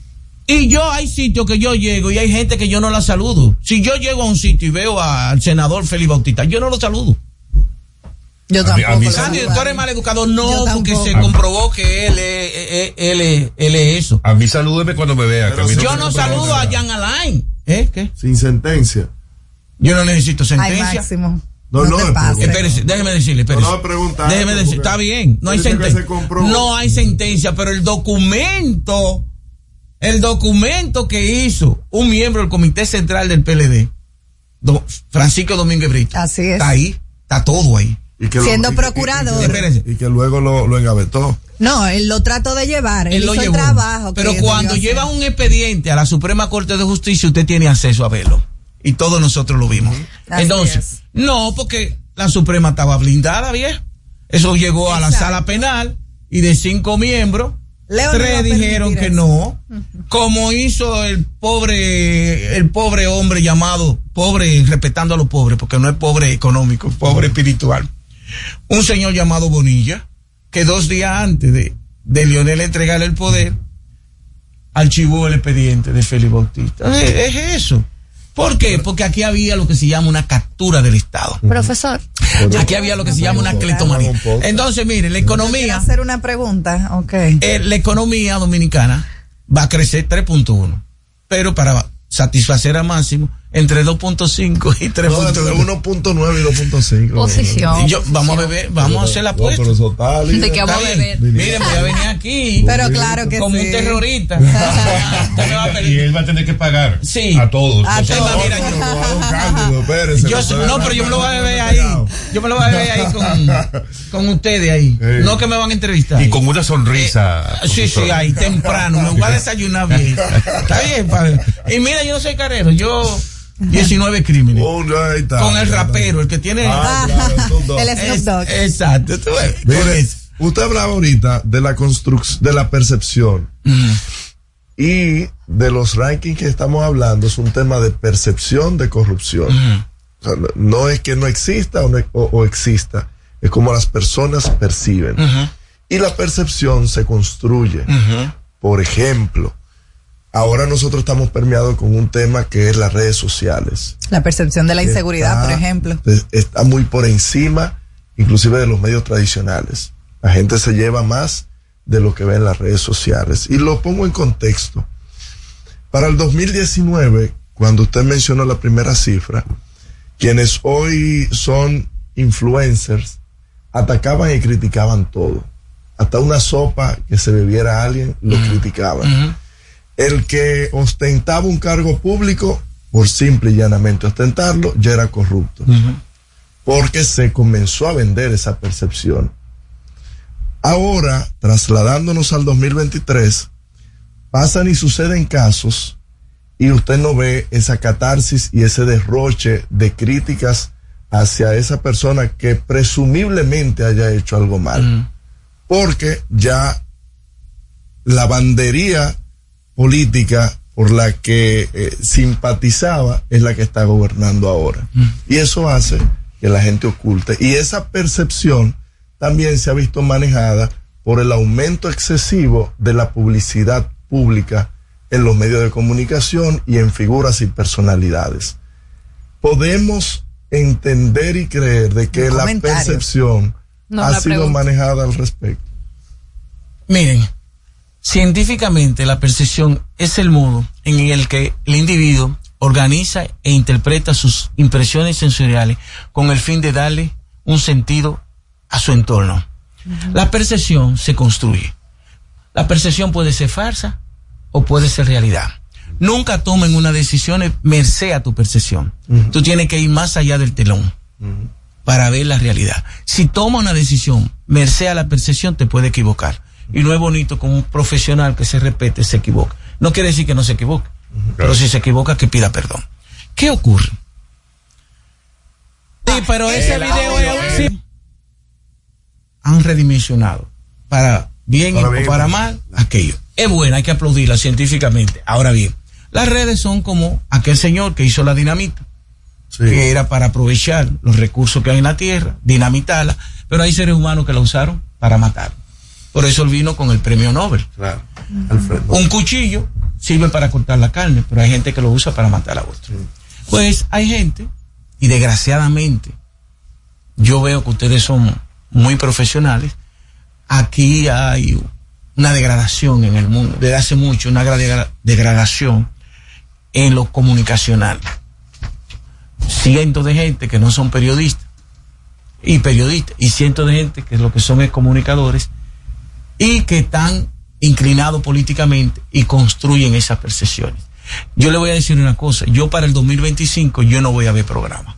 Y yo hay sitios que yo llego y hay gente que yo no la saludo. Si yo llego a un sitio y veo al senador Félix Bautista, yo no lo saludo. Yo tampoco. A mí, a mí, tú eres mal educado, no, porque se comprobó que él es, él, él, él, él es eso. A mí salúdeme cuando me vea. Pero yo no saludo a Jan Alain. ¿Eh? ¿Qué? Sin sentencia. Yo no necesito sentencia. Ay, Máximo. No, no, no espérese, déjeme decirle, espérese. No, no déjeme decir, está bien, no hay sentencia. No hay sentencia, pero el documento, el documento que hizo un miembro del Comité Central del P L D, do, Francisco Domínguez Brito. Así es. Está ahí, está todo ahí. Y que Siendo lo, procurador. Y que, y que, y que luego lo, lo engavetó. No, él lo trató de llevar, él, él lo hizo llevó. El trabajo. Pero cuando lleva un expediente a la Suprema Corte de Justicia, usted tiene acceso a verlo. Y todos nosotros lo vimos. Así Entonces, es. no, porque la Suprema estaba blindada, viejo. Eso llegó Exacto. a la sala penal y de cinco miembros, Leo tres no dijeron que eso. no. Como hizo el pobre, el pobre hombre llamado, pobre, respetando a los pobres, porque no es pobre económico, pobre espiritual. Un señor llamado Bonilla, que dos días antes de, de Leonel entregarle el poder, archivó el expediente de Félix Bautista. Es, es eso. ¿Por qué? Porque aquí había lo que se llama una captura del Estado. Profesor. Aquí había lo que se llama una cleptomanía. Entonces, mire, la economía... Quiero hacer una pregunta, ok. Eh, la economía dominicana va a crecer tres punto uno, pero para satisfacer a Máximo, entre dos punto cinco y tres punto uno. No, entre uno punto nueve y dos punto cinco. Posición. Yo, vamos a beber, vamos a hacer la apuesta. No, pero eso está ¿De qué vamos a beber? Miren, voy a venir aquí. Pero claro que como sí. un terrorista. Y él va a tener que pagar. Sí. A todos. A todos. Mira, yo, yo, no, pero yo me lo voy a beber ahí. Yo me lo voy a beber ahí con, con ustedes ahí. Hey. No que me van a entrevistar. Y con una sonrisa. Eh, sí, sí, ahí temprano. Me voy a desayunar bien. Está bien, padre. Y mira, yo no soy carero. Yo... diecinueve crímenes. Oh, no, está, con el rapero, el que tiene. Ah, claro, el Snoop Dogg. Exacto. Tú ves. Mire, usted hablaba ahorita de la construcción, de la percepción. Mm. Y de los rankings que estamos hablando, es un tema de percepción de corrupción. Mm. O sea, no es que no exista o, no, o, o exista, es como las personas perciben. Mm-hmm. Y la percepción se construye. Mm-hmm. Por ejemplo, ahora nosotros estamos permeados con un tema que es las redes sociales. La percepción de la inseguridad, está, por ejemplo. Está muy por encima, inclusive de los medios tradicionales. La gente se lleva más de lo que ve en las redes sociales. Y lo pongo en contexto. Para el dos mil diecinueve, cuando usted mencionó la primera cifra, quienes hoy son influencers atacaban y criticaban todo. Hasta una sopa que se bebiera alguien lo uh-huh. criticaban. Uh-huh. El que ostentaba un cargo público, por simple y llanamente ostentarlo, ya era corrupto. Uh-huh. Porque se comenzó a vender esa percepción. Ahora, trasladándonos al dos mil veintitrés, pasan y suceden casos y usted no ve esa catarsis y ese derroche de críticas hacia esa persona que presumiblemente haya hecho algo mal. Uh-huh. Porque ya la bandería política por la que eh, simpatizaba es la que está gobernando ahora. Mm. Y eso hace que la gente oculte. Y esa percepción también se ha visto manejada por el aumento excesivo de la publicidad pública en los medios de comunicación y en figuras y personalidades. Podemos entender y creer de que la percepción no, ha sido pregunta. manejada al respecto. Miren, científicamente la percepción es el modo en el que el individuo organiza e interpreta sus impresiones sensoriales con el fin de darle un sentido a su entorno. Uh-huh. La percepción se construye. La percepción puede ser falsa o puede ser realidad. Nunca tomen una decisión merced a tu percepción. Uh-huh. Tú tienes que ir más allá del telón uh-huh. para ver la realidad. Si toma una decisión merced a la percepción, te puede equivocar. Y no es bonito como un profesional que se repete, se equivoca. No quiere decir que no se equivoque, uh-huh. pero si se equivoca, que pida perdón. ¿Qué ocurre? Sí, pero ese video es... Sí, han redimensionado para bien para o bien. para mal aquello. Es buena, hay que aplaudirla científicamente. Ahora bien, las redes son como aquel señor que hizo la dinamita, sí. que era para aprovechar los recursos que hay en la tierra, dinamitarla, pero hay seres humanos que la usaron para matar. Por eso él vino con el premio Nobel. Claro. Un cuchillo sirve para cortar la carne, pero hay gente que lo usa para matar a otro. Pues hay gente, y desgraciadamente, yo veo que ustedes son muy profesionales, aquí hay una degradación en el mundo, desde hace mucho, una gra- degradación en lo comunicacional. Cientos de gente que no son periodistas, y periodistas, y cientos de gente que lo que son es comunicadores, y que están inclinados políticamente y construyen esas percepciones. Yo le voy a decir una cosa, yo para el dos mil veinticinco yo no voy a ver programa.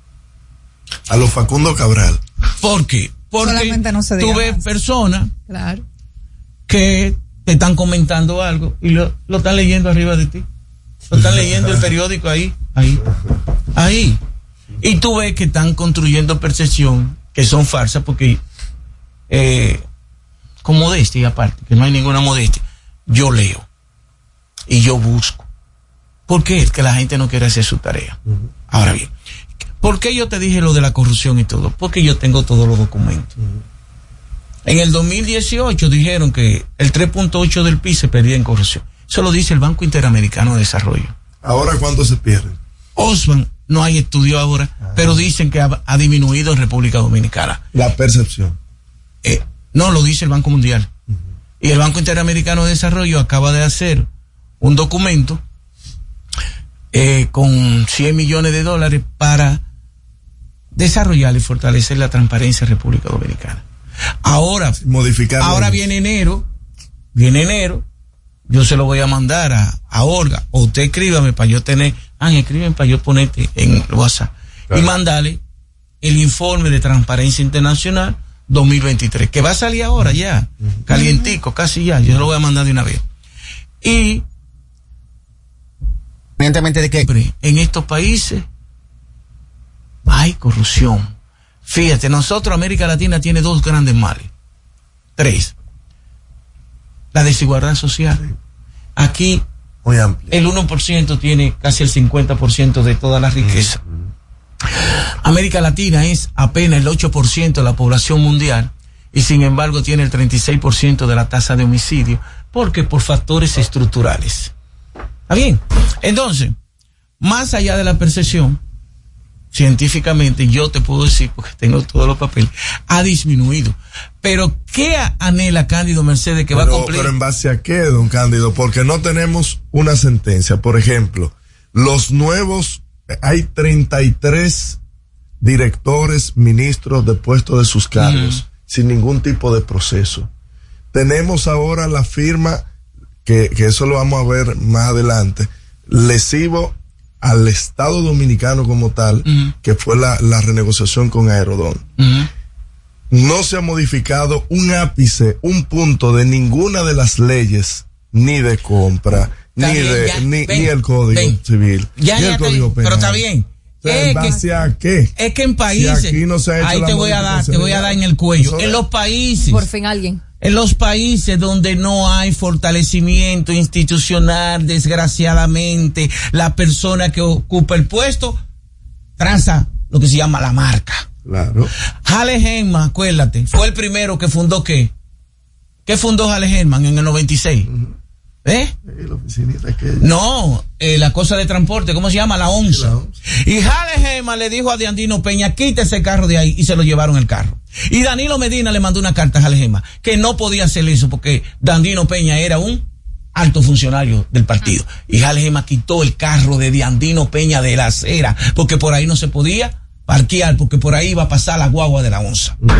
A los Facundo Cabral. ¿Por qué? Porque no se tú ves personas claro. que te están comentando algo y lo, lo están leyendo arriba de ti. Lo están leyendo el periódico ahí, ahí, ahí. Y tú ves que están construyendo percepción que son falsas porque, eh, con modestia aparte, que no hay ninguna modestia, yo leo y yo busco. ¿Por qué? Es que la gente no quiere hacer su tarea. Uh-huh. Ahora bien, ¿por qué yo te dije lo de la corrupción y todo? Porque yo tengo todos los documentos. Uh-huh. En el dos mil dieciocho dijeron que el tres punto ocho del P I B se perdía en corrupción. Eso lo dice el Banco Interamericano de Desarrollo. ¿Ahora cuánto se pierde? Osman, no hay estudio ahora, ah. pero dicen que ha, ha disminuido en República Dominicana. La percepción. Eh, no, lo dice el Banco Mundial. Uh-huh. Y el Banco Interamericano de Desarrollo acaba de hacer un documento eh, con cien millones de dólares para desarrollar y fortalecer la transparencia en República Dominicana. Ahora, modificar. Ahora viene enero, viene enero, yo se lo voy a mandar a, a Olga, o usted escríbame para yo tener, ah, escriben para yo ponerte en WhatsApp, claro. Y mandarle el informe de Transparencia Internacional dos mil veintitrés, que va a salir ahora ya, uh-huh. Calientico, casi ya, yo se lo voy a mandar de una vez. Y, evidentemente de que en estos países hay corrupción. Fíjate, nosotros, América Latina, tiene dos grandes males. Tres. La desigualdad social. Aquí, muy amplio. El uno por ciento tiene casi el cincuenta por ciento de toda la riqueza. Mm-hmm. América Latina es apenas el ocho por ciento de la población mundial y sin embargo tiene el treinta y seis por ciento de la tasa de homicidio, porque por factores estructurales. ¿Está bien? Entonces, más allá de la percepción, científicamente yo te puedo decir, porque tengo todos los papeles, ha disminuido. Pero ¿qué anhela Cándido Mercedes que pero, va a cumplir? Pero ¿en base a qué, don Cándido? Porque no tenemos una sentencia. Por ejemplo, los nuevos, hay treinta y tres directores, ministros de puestos de sus cargos, uh-huh. sin ningún tipo de proceso. Tenemos ahora la firma, que, que eso lo vamos a ver más adelante, lesivo al Estado Dominicano como tal, uh-huh. que fue la, la renegociación con Aerodón. Uh-huh. No se ha modificado un ápice, un punto de ninguna de las leyes, ni de compra, ni bien, de ya, ni, ven, ni el Código ven. Civil, ya, ni ya el Código Penal. Pero está bien. ¿En base a qué? Es que en países, si aquí no se ha hecho ahí te voy a dar, te voy a dar en el cuello. En los países, por fin alguien. En los países donde no hay fortalecimiento institucional, desgraciadamente, la persona que ocupa el puesto traza lo que se llama la marca. Claro. Halle Herman, acuérdate, fue el primero que fundó ¿qué? ¿Qué fundó Halle Herman en el noventa y seis? Uh-huh. ¿Eh? La oficinita que... No, eh, la cosa de transporte, ¿cómo se llama? La onza. La onza. Y Halle Herman le dijo a Dandino Peña, quita ese carro de ahí, y se lo llevaron el carro. Y Danilo Medina le mandó una carta a Halle Herman, que no podía hacer eso porque Dandino Peña era un alto funcionario del partido. Y Halle Herman quitó el carro de Dandino Peña de la acera, porque por ahí no se podía parquear, porque por ahí iba a pasar la guagua de la onza. Mm.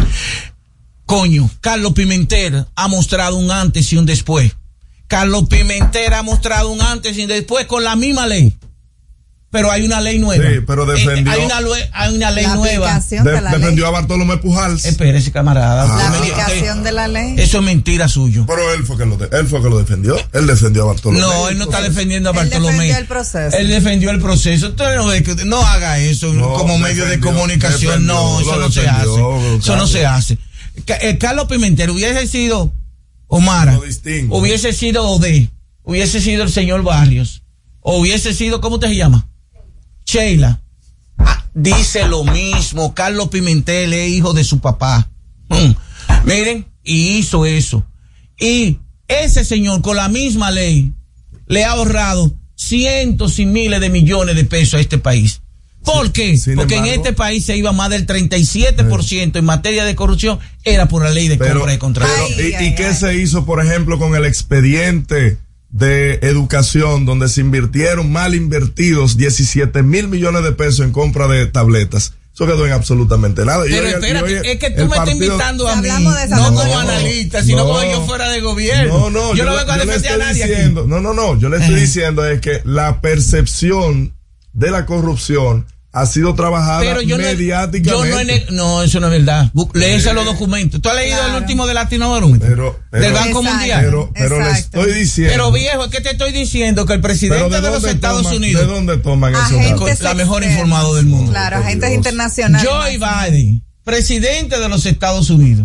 Coño, Carlos Pimentel ha mostrado un antes y un después. Carlos Pimentel ha mostrado un antes y un después con la misma ley. Pero hay una ley nueva. Sí, pero defendió. Eh, hay, una, hay una ley la nueva. De, de la defendió ley. a Bartolomé Pujals. Espérese, camarada. Ah. La aplicación de la ley. Eso es mentira suyo. Pero él fue que lo, de, él fue que lo defendió. Él defendió a Bartolomé. No, él no está defendiendo a Bartolomé. Él defendió el proceso. Él defendió el proceso. Usted no, ve que, no haga eso no, como medio de comunicación. Defendió, no, eso no se hace. Eso no se hace. Eh, Carlos Pimentel hubiese sido Omar. Hubiese sido Odé. Hubiese sido el señor Barrios. O hubiese sido, ¿cómo te se llama? Sheila. Ah, dice lo mismo. Carlos Pimentel es hijo de su papá. Mm. Miren, y hizo eso. Y ese señor con la misma ley le ha ahorrado cientos y miles de millones de pesos a este país. ¿Por qué? Sin Porque embargo, en este país se iba más del treinta y siete por ciento en materia de corrupción, era por la ley de pero, compra y contrato. pero, ¿Y, ay, y qué ay. se hizo, por ejemplo, con el expediente de educación, donde se invirtieron mal invertidos diecisiete mil millones de pesos en compra de tabletas? Eso quedó en absolutamente nada. Pero y hoy, espérate, y hoy, es que tú me estás invitando a mí, no, no como analista, sino como yo fuera de gobierno. No, no, yo, yo no le, vengo a defender a nadie diciendo, aquí. No, no, no, yo le estoy diciendo es que la percepción de la corrupción ha sido trabajada pero yo mediáticamente. No, yo no, he, no, eso no es verdad. Léese los documentos. ¿Tú has leído claro. el último de Latinobarómetro? Pero, pero, del Banco exacto, Mundial. Pero, pero le estoy diciendo. Pero viejo, es que te estoy diciendo que el presidente de, de los Estados toman, Unidos. ¿De dónde toman esos datos? La mejor informado del mundo. Claro, agentes internacionales. Joe Biden, presidente de los Estados Unidos,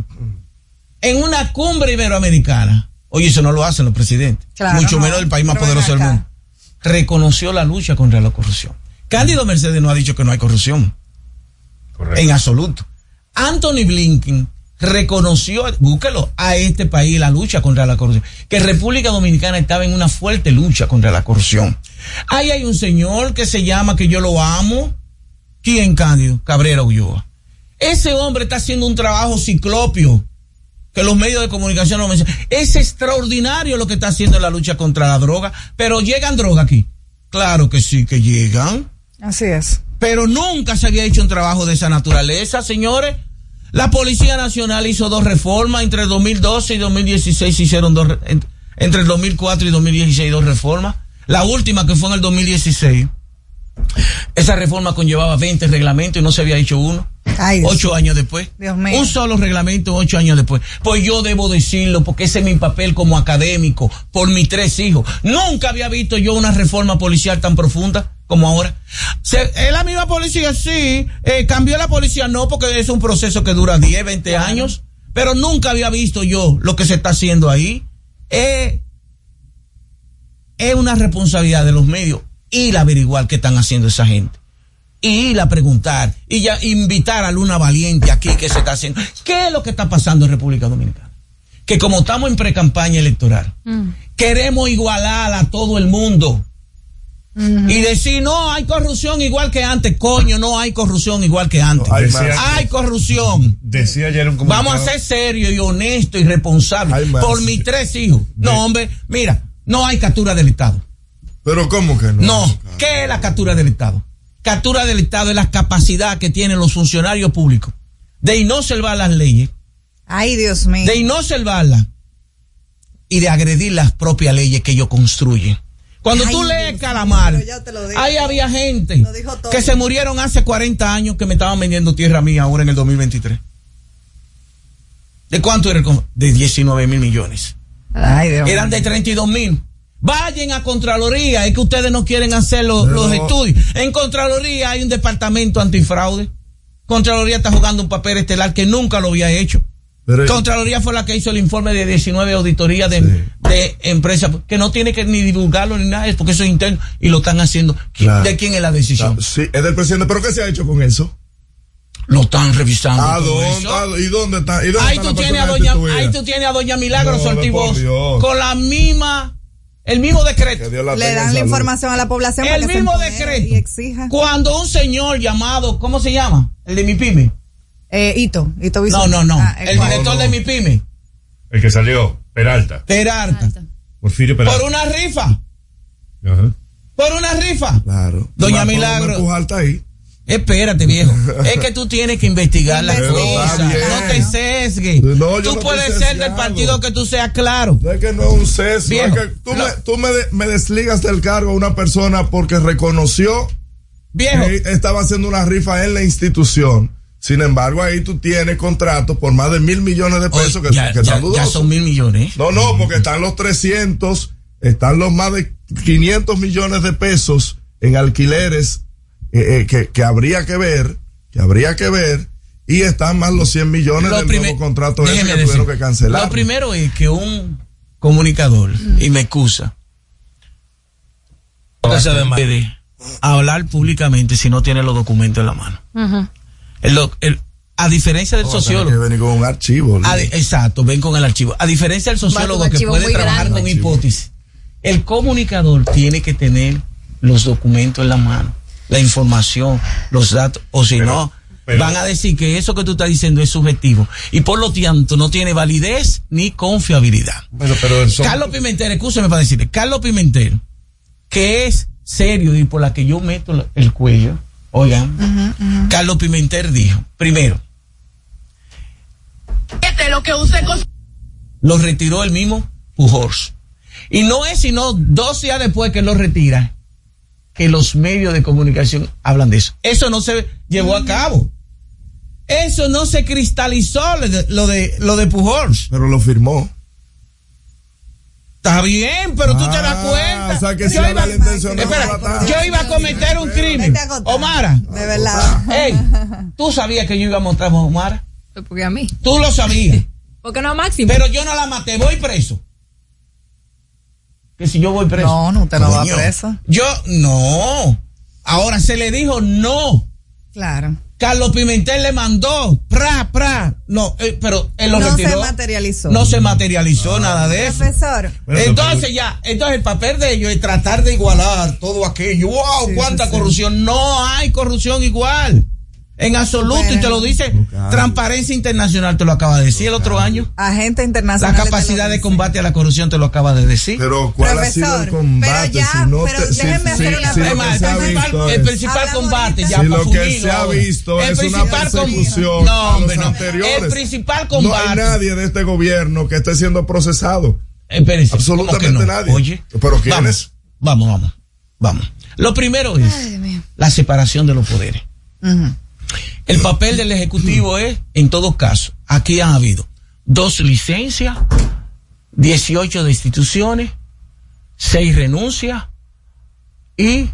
en una cumbre iberoamericana. Oye, eso no lo hacen los presidentes. Claro, mucho no, menos el país más poderoso del mundo. Reconoció la lucha contra la corrupción. Cándido Mercedes no ha dicho que no hay corrupción. Correcto. En absoluto. Anthony Blinken reconoció, búsquelo, a este país la lucha contra la corrupción. Que República Dominicana estaba en una fuerte lucha contra la corrupción. Ahí hay un señor que se llama, que yo lo amo. ¿Quién, Cándido? Cabrera Ulloa. Ese hombre está haciendo un trabajo ciclopio que los medios de comunicación no mencionan. Es extraordinario lo que está haciendo en la lucha contra la droga. Pero ¿llegan drogas aquí? Claro que sí, que llegan. Así es. Pero nunca se había hecho un trabajo de esa naturaleza, señores. La Policía Nacional hizo dos reformas, entre el dos mil doce y dos mil dieciséis se hicieron dos, entre el dos mil cuatro y dos mil dieciséis dos reformas. La última, que fue en el dos mil dieciséis, esa reforma conllevaba veinte reglamentos y no se había hecho uno. Ay, ocho Dios. años después. Dios mío. Un solo reglamento, ocho años después. Pues yo debo decirlo, porque ese es mi papel como académico, por mis tres hijos. Nunca había visto yo una reforma policial tan profunda como ahora. Se, ¿Es la misma policía? Sí. Eh, ¿Cambió la policía? No, porque es un proceso que dura diez, veinte claro. años. Pero nunca había visto yo lo que se está haciendo ahí. Eh, es una responsabilidad de los medios ir a averiguar qué están haciendo esa gente. Y ir a preguntar, y ya invitar a Luna Valiente aquí que se está haciendo. ¿Qué es lo que está pasando en República Dominicana? Que como estamos en pre-campaña electoral, mm. queremos igualar a todo el mundo. Uh-huh. Y decir, no, hay corrupción igual que antes. Coño, no hay corrupción igual que antes. No, hay, hay corrupción. Decía ayer un comunicado. Vamos a ser serios y honestos y responsables por mis tres hijos. No, de... hombre, mira, no hay captura del Estado. ¿Pero cómo que no? No, ¿qué es la captura del Estado? Captura del Estado es la capacidad que tienen los funcionarios públicos de no observar las leyes. Ay, Dios mío. De no observarlas y de agredir las propias leyes que ellos construyen. Cuando Ay, tú lees Dios Calamar, ahí había gente que se murieron hace cuarenta años que me estaban vendiendo tierra mía ahora en el dos mil veintitrés. ¿De cuánto era? De diecinueve mil millones. Ay, Dios Eran de treinta y dos mil. Vayan a Contraloría, es que ustedes no quieren hacer los, los estudios. En Contraloría hay un departamento antifraude. Contraloría está jugando un papel estelar que nunca lo había hecho. Pero, Contraloría fue la que hizo el informe de diecinueve auditorías de, sí. de empresas, que no tiene que ni divulgarlo ni nada, porque eso es interno y lo están haciendo. Claro. ¿De quién es la decisión? Sí, es del presidente, pero ¿qué se ha hecho con eso? Lo están revisando. ¿A dónde, ¿a, ¿Y dónde está? ¿Y dónde ahí, está tú tienes a doña, ahí tú tienes a doña Milagros no, Ortivoz con la misma, el mismo decreto. Le dan la información a la población. El mismo decreto. Y exija. Cuando un señor llamado, ¿cómo se llama? El de mi pyme. Eh, Ito, Ito No, no, no. Ah, el, el director no, no. de mi pyme. El que salió, Peralta. Peralta. Porfirio Peralta. Por una rifa. Ajá. Por una rifa. Claro. Doña Milagro. Ahí. Espérate, viejo. Es que tú tienes que investigar las cosas. No te sesgues. No, tú no puedes ser del partido que tú seas claro. No es que no es un sesgo. Viejo, es que tú, lo, me, tú me, de, me desligas del cargo a una persona porque reconoció viejo. que estaba haciendo una rifa en la institución. Sin embargo, ahí tú tienes contratos por más de mil millones de pesos. Oye, que, ya, que ya, ya son mil millones. No, no, porque están los trescientos, están los más de quinientos millones de pesos en alquileres eh, eh, que, que habría que ver, que habría que ver, y están más los cien millones lo del primer, nuevo contrato ese que decir, tuvieron que cancelar. Lo primero es que un comunicador, mm. y me excusa, no se puede hablar públicamente si no tiene los documentos en la mano. Uh-huh. El, el, a diferencia del oh, sociólogo. Que venir con un archivo. A, exacto, ven con el archivo. A diferencia del sociólogo que puede trabajar grande. con hipótesis, El comunicador tiene que tener los documentos en la mano, la información, los datos, o si no, pero, van a decir que eso que tú estás diciendo es subjetivo y por lo tanto no tiene validez ni confiabilidad. Bueno, pero son... Carlos Pimentel, escúchame para decirle, Carlos Pimentel, que es serio y por la que yo meto el cuello, oigan, uh-huh, uh-huh. Carlos Pimentel dijo, primero, este lo que usted cons- lo retiró el mismo Pujols. Y no es sino dos días después que lo retira que los medios de comunicación hablan de eso. Eso no se llevó a cabo. Eso no se cristalizó lo de lo de, lo de Pujols. Pero lo firmó. Está bien, pero ah, tú te das cuenta. O sea que yo, si iba, la intención espera, no yo iba a cometer un crimen. Omara. De verdad. Ey, ¿tú sabías que yo iba a montar a Omara? Porque a mí. Tú lo sabías. Porque no, Máximo. Pero yo no la maté, voy preso. Que si yo voy preso. No, no, usted no va preso. Yo, no. Ahora se le dijo no. Claro. Carlos Pimentel le mandó, pra, pra. No, eh, pero él lo no retiró. No se materializó. No se materializó ah, nada de eso. Profesor. Entonces ya, entonces el papel de ellos es tratar de igualar todo aquello. ¡Wow! Sí, ¡cuánta sí, corrupción! Sí. No hay corrupción igual. En absoluto, bueno, y te lo dice no, Transparencia Internacional, te lo acaba de decir no, el otro año. Agente internacional. La capacidad de combate a la corrupción te lo acaba de decir. Pero ¿cuál Profesor, ha sido el combate? Pero ya, si no pero te, déjenme si, hacer si, una si pregunta. El principal, el principal combate, ya si para lo que fundirlo, se ha visto el es una persecución no, a los no, anteriores. El principal combate. No hay nadie de este gobierno que esté siendo procesado. Espérense, absolutamente no? nadie. Oye, ¿pero quién vamos, es? Vamos, vamos, vamos. Lo primero es Ay, la separación de los poderes. Uh-huh. El papel del Ejecutivo es, en todo caso, aquí han habido dos licencias, dieciocho destituciones, seis renuncias y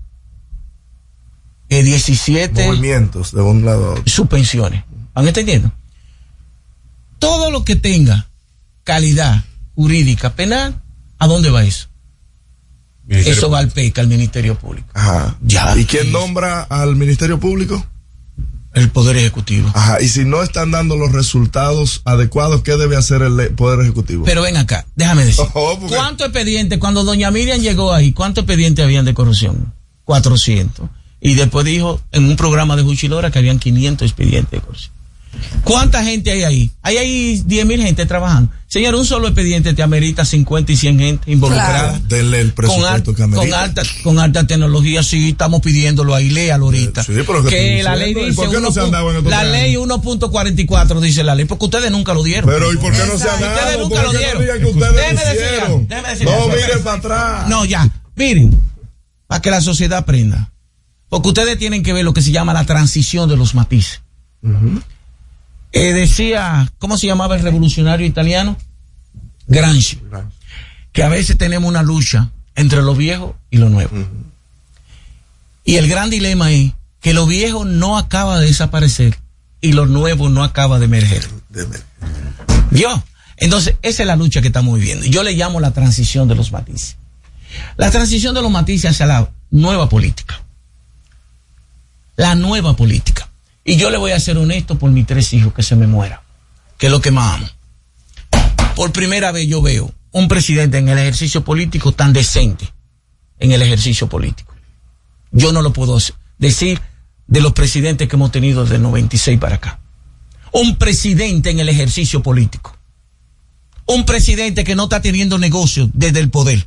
eh, diecisiete movimientos de un lado a otro. Suspensiones. ¿Van entendiendo? Todo lo que tenga calidad jurídica penal, ¿a dónde va eso? Ministerio eso va al P E C, al Ministerio Público. Ajá. Ya. ¿Y quién nombra al Ministerio Público? El Poder Ejecutivo. Ajá, y si no están dando los resultados adecuados, ¿qué debe hacer el Poder Ejecutivo? Pero ven acá, déjame decir. Oh, porque... ¿Cuántos expedientes, cuando doña Miriam llegó ahí, cuántos expedientes habían de corrupción? cuatrocientos. Y después dijo en un programa de Juchilora que habían quinientos expedientes de corrupción. ¿Cuánta gente hay ahí? Hay ahí diez mil gente trabajando. Señor, un solo expediente te amerita cincuenta y cien gente involucrada. Claro. Denle el presupuesto con, al, que con alta con alta tecnología, sí, estamos pidiéndolo ahí, léalo ahorita. Sí, pero que, que la ley dice ¿por qué no se han dado en estos la años? Ley uno punto cuarenta y cuatro dice la ley, porque ustedes nunca lo dieron. Pero ¿y por qué no se han dado? Ustedes nunca lo dieron. No, que ustedes déjeme decir, déjeme decir no, miren para atrás. No, ya, miren, para que la sociedad aprenda. Porque ustedes tienen que ver lo que se llama la transición de los matices. Uh-huh. Eh, decía, ¿cómo se llamaba el revolucionario italiano? Gramsci. Que a veces tenemos una lucha entre lo viejo y lo nuevo. Uh-huh. Y el gran dilema es que lo viejo no acaba de desaparecer y lo nuevo no acaba de emerger. ¿Vio? Entonces, esa es la lucha que estamos viviendo. Yo le llamo la transición de los matices. La transición de los matices hacia la nueva política. La nueva política. Y yo le voy a ser honesto por mis tres hijos que se me mueran, que es lo que más amo. Por primera vez yo veo un presidente en el ejercicio político tan decente en el ejercicio político. Yo no lo puedo decir de los presidentes que hemos tenido desde el noventa y seis para acá. Un presidente en el ejercicio político. Un presidente que no está teniendo negocios desde el poder.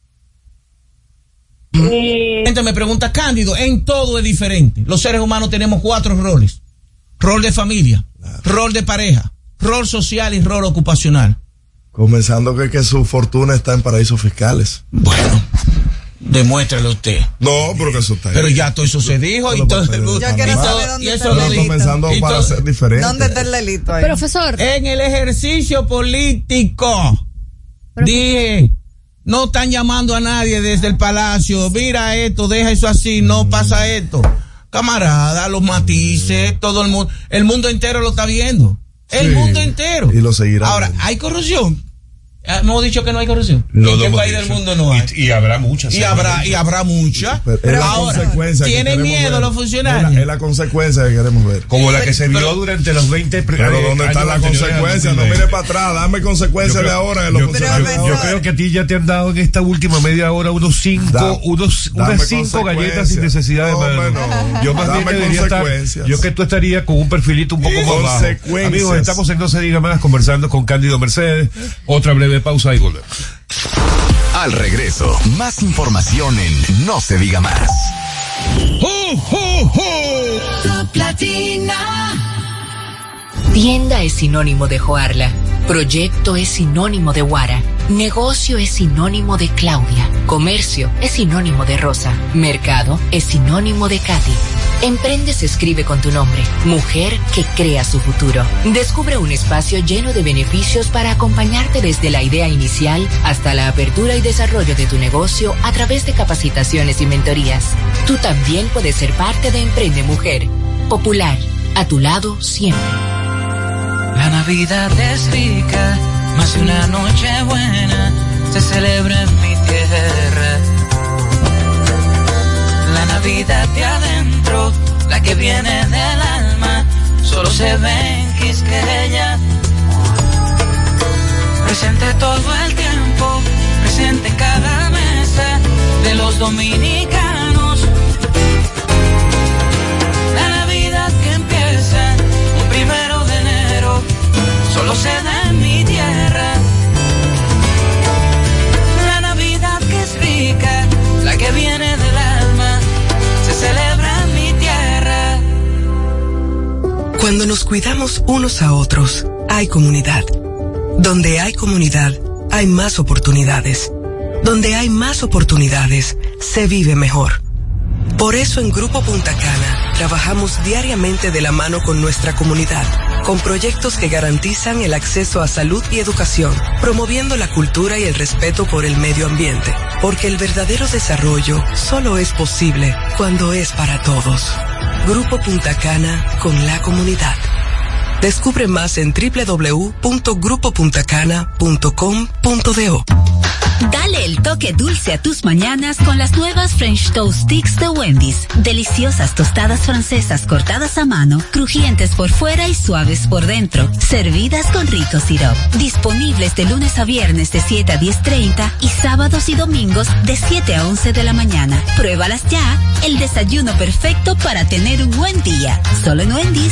Gente me pregunta, Cándido, en todo es diferente. Los seres humanos tenemos cuatro roles: rol de familia, claro, rol de pareja, rol social y rol ocupacional. Comenzando que, que su fortuna está en paraísos fiscales. Bueno, demuéstralo usted. No, pero que eso está ahí. Pero ya todo eso se dijo y todo el mundo. Yo quiero saber dónde está el delito. Comenzando y para todo, ser diferente. ¿Dónde está el delito ahí? Profesor. En el ejercicio político. Pero, dije, no están llamando a nadie desde el palacio. Mira esto, deja eso así, no mm. pasa esto. Camarada, los matices, mm. todo el mundo, el mundo entero lo está viendo. El sí, mundo entero. Y lo seguirá. Ahora, ¿hay corrupción? Hemos dicho que no hay corrupción. No, ¿En no qué hemos país dicho. del mundo no hay? Y, y habrá muchas. Y habrá, y habrá muchas. Pero es Pero la ahora, consecuencia que ¿tienen queremos miedo ver. los funcionarios? Es la, es la consecuencia que queremos ver. Como la que se vio durante los veinte Pero eh, ¿dónde está años la anteriores al consecuencia? No dos mil veinte. mire para atrás, dame consecuencias Yo de creo- ahora de los yo, funcionarios. yo- yo creo que a ti ya te han dado en esta última media hora unos cinco, Da- unos, dame unas cinco galletas sin necesidad de No, mano. hombre, no. Yo más bien Dame que debería estar, consecuencias. yo que tú estarías con un perfilito un poco más bajo. Consecuencias. Amigos, estamos en No Se Diga Más conversando con Cándido Mercedes. Otra breve pausa y volvemos. Al regreso, más información en No Se Diga Más. Top Latina. Tienda es sinónimo de Joarla. Proyecto es sinónimo de Guara. Negocio es sinónimo de Claudia. Comercio es sinónimo de Rosa. Mercado es sinónimo de Katy. Emprende se escribe con tu nombre. Mujer que crea su futuro. Descubre un espacio lleno de beneficios para acompañarte desde la idea inicial hasta la apertura y desarrollo de tu negocio a través de capacitaciones y mentorías. Tú también puedes ser parte de Emprende Mujer. Popular, a tu lado siempre. La Navidad es rica, más de una noche buena se celebra en mi tierra. La Navidad de adentro, la que viene del alma, solo se ve en Quisqueya. Presente todo el tiempo, presente en cada mesa de los dominicanos. La Navidad que empieza un primero de enero, solo se da en mi tierra. La Navidad que es rica, la que viene del alma, se celebra en mi tierra. Cuando nos cuidamos unos a otros, hay comunidad. Donde hay comunidad, hay más oportunidades. Donde hay más oportunidades, se vive mejor. Por eso en Grupo Punta Cana trabajamos diariamente de la mano con nuestra comunidad, con proyectos que garantizan el acceso a salud y educación, promoviendo la cultura y el respeto por el medio ambiente, porque el verdadero desarrollo solo es posible cuando es para todos. Grupo Punta Cana con la comunidad. Descubre más en doble u doble u doble u punto grupo punta cana punto com punto do. Dale el toque dulce a tus mañanas con las nuevas French Toast Sticks de Wendy's. Deliciosas tostadas francesas cortadas a mano, crujientes por fuera y suaves por dentro, servidas con rico sirope. Disponibles de lunes a viernes de siete a diez treinta y sábados y domingos de siete a once de la mañana. Pruébalas ya, el desayuno perfecto para tener un buen día. Solo en Wendy's.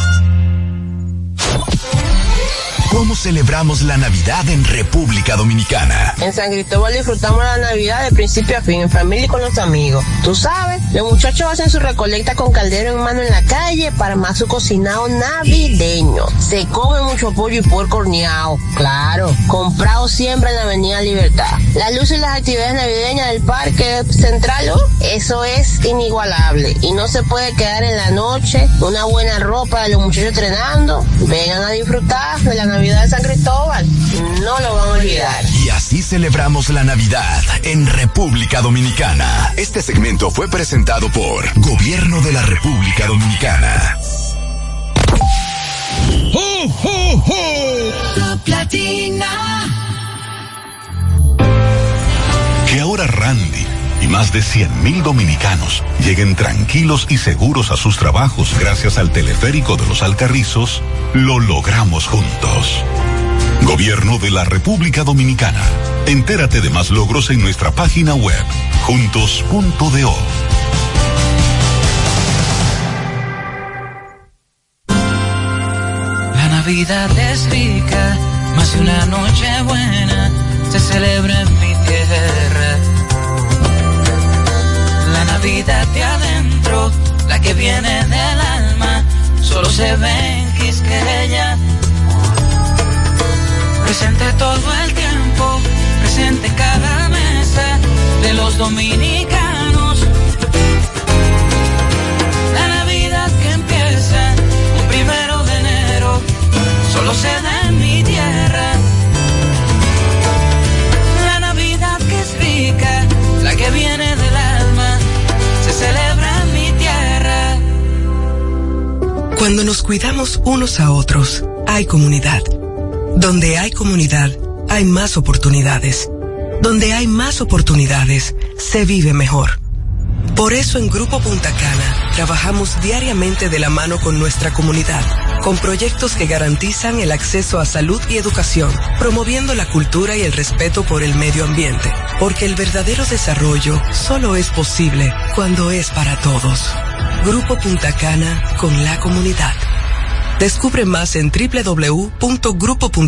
¿Cómo celebramos la Navidad en República Dominicana? En San Cristóbal disfrutamos la Navidad de principio a fin, en familia y con los amigos. Tú sabes, los muchachos hacen su recolecta con caldero en mano en la calle para más su cocinado navideño. Se come mucho pollo y puerco horneado, claro, comprado siempre en la Avenida Libertad. Las luces y las actividades navideñas del Parque Central, ¿no? Eso es inigualable y no se puede quedar en la noche. Una buena ropa de los muchachos entrenando. Vengan a disfrutar de la Navidad de San Cristóbal, no lo van a olvidar. Y así celebramos la Navidad en República Dominicana. Este segmento fue presentado por Gobierno de la República Dominicana. ¡Ho, ho, ho! Top Latina. Que ahora Randy y más de cien mil dominicanos lleguen tranquilos y seguros a sus trabajos gracias al teleférico de los Alcarrizos, lo logramos juntos. Gobierno de la República Dominicana. Entérate de más logros en nuestra página web, juntos punto do. La Navidad es rica, más de una noche buena se celebra en mi tierra. La Navidad de adentro, la que viene del alma, solo se ve en Quisqueya. Presente todo el tiempo, presente en cada mesa de los dominicanos. La Navidad que empieza un primero de enero, solo se da en mi tierra. La Navidad que es rica, la que viene del alma, se celebra en mi tierra. Cuando nos cuidamos unos a otros, hay comunidad. Donde hay comunidad, hay más oportunidades. Donde hay más oportunidades, se vive mejor. Por eso en Grupo Punta Cana trabajamos diariamente de la mano con nuestra comunidad, con proyectos que garantizan el acceso a salud y educación, promoviendo la cultura y el respeto por el medio ambiente, porque el verdadero desarrollo solo es posible cuando es para todos. Grupo Punta Cana con la comunidad. Descubre más en doble u doble u doble u punto grupo punta cana punto com.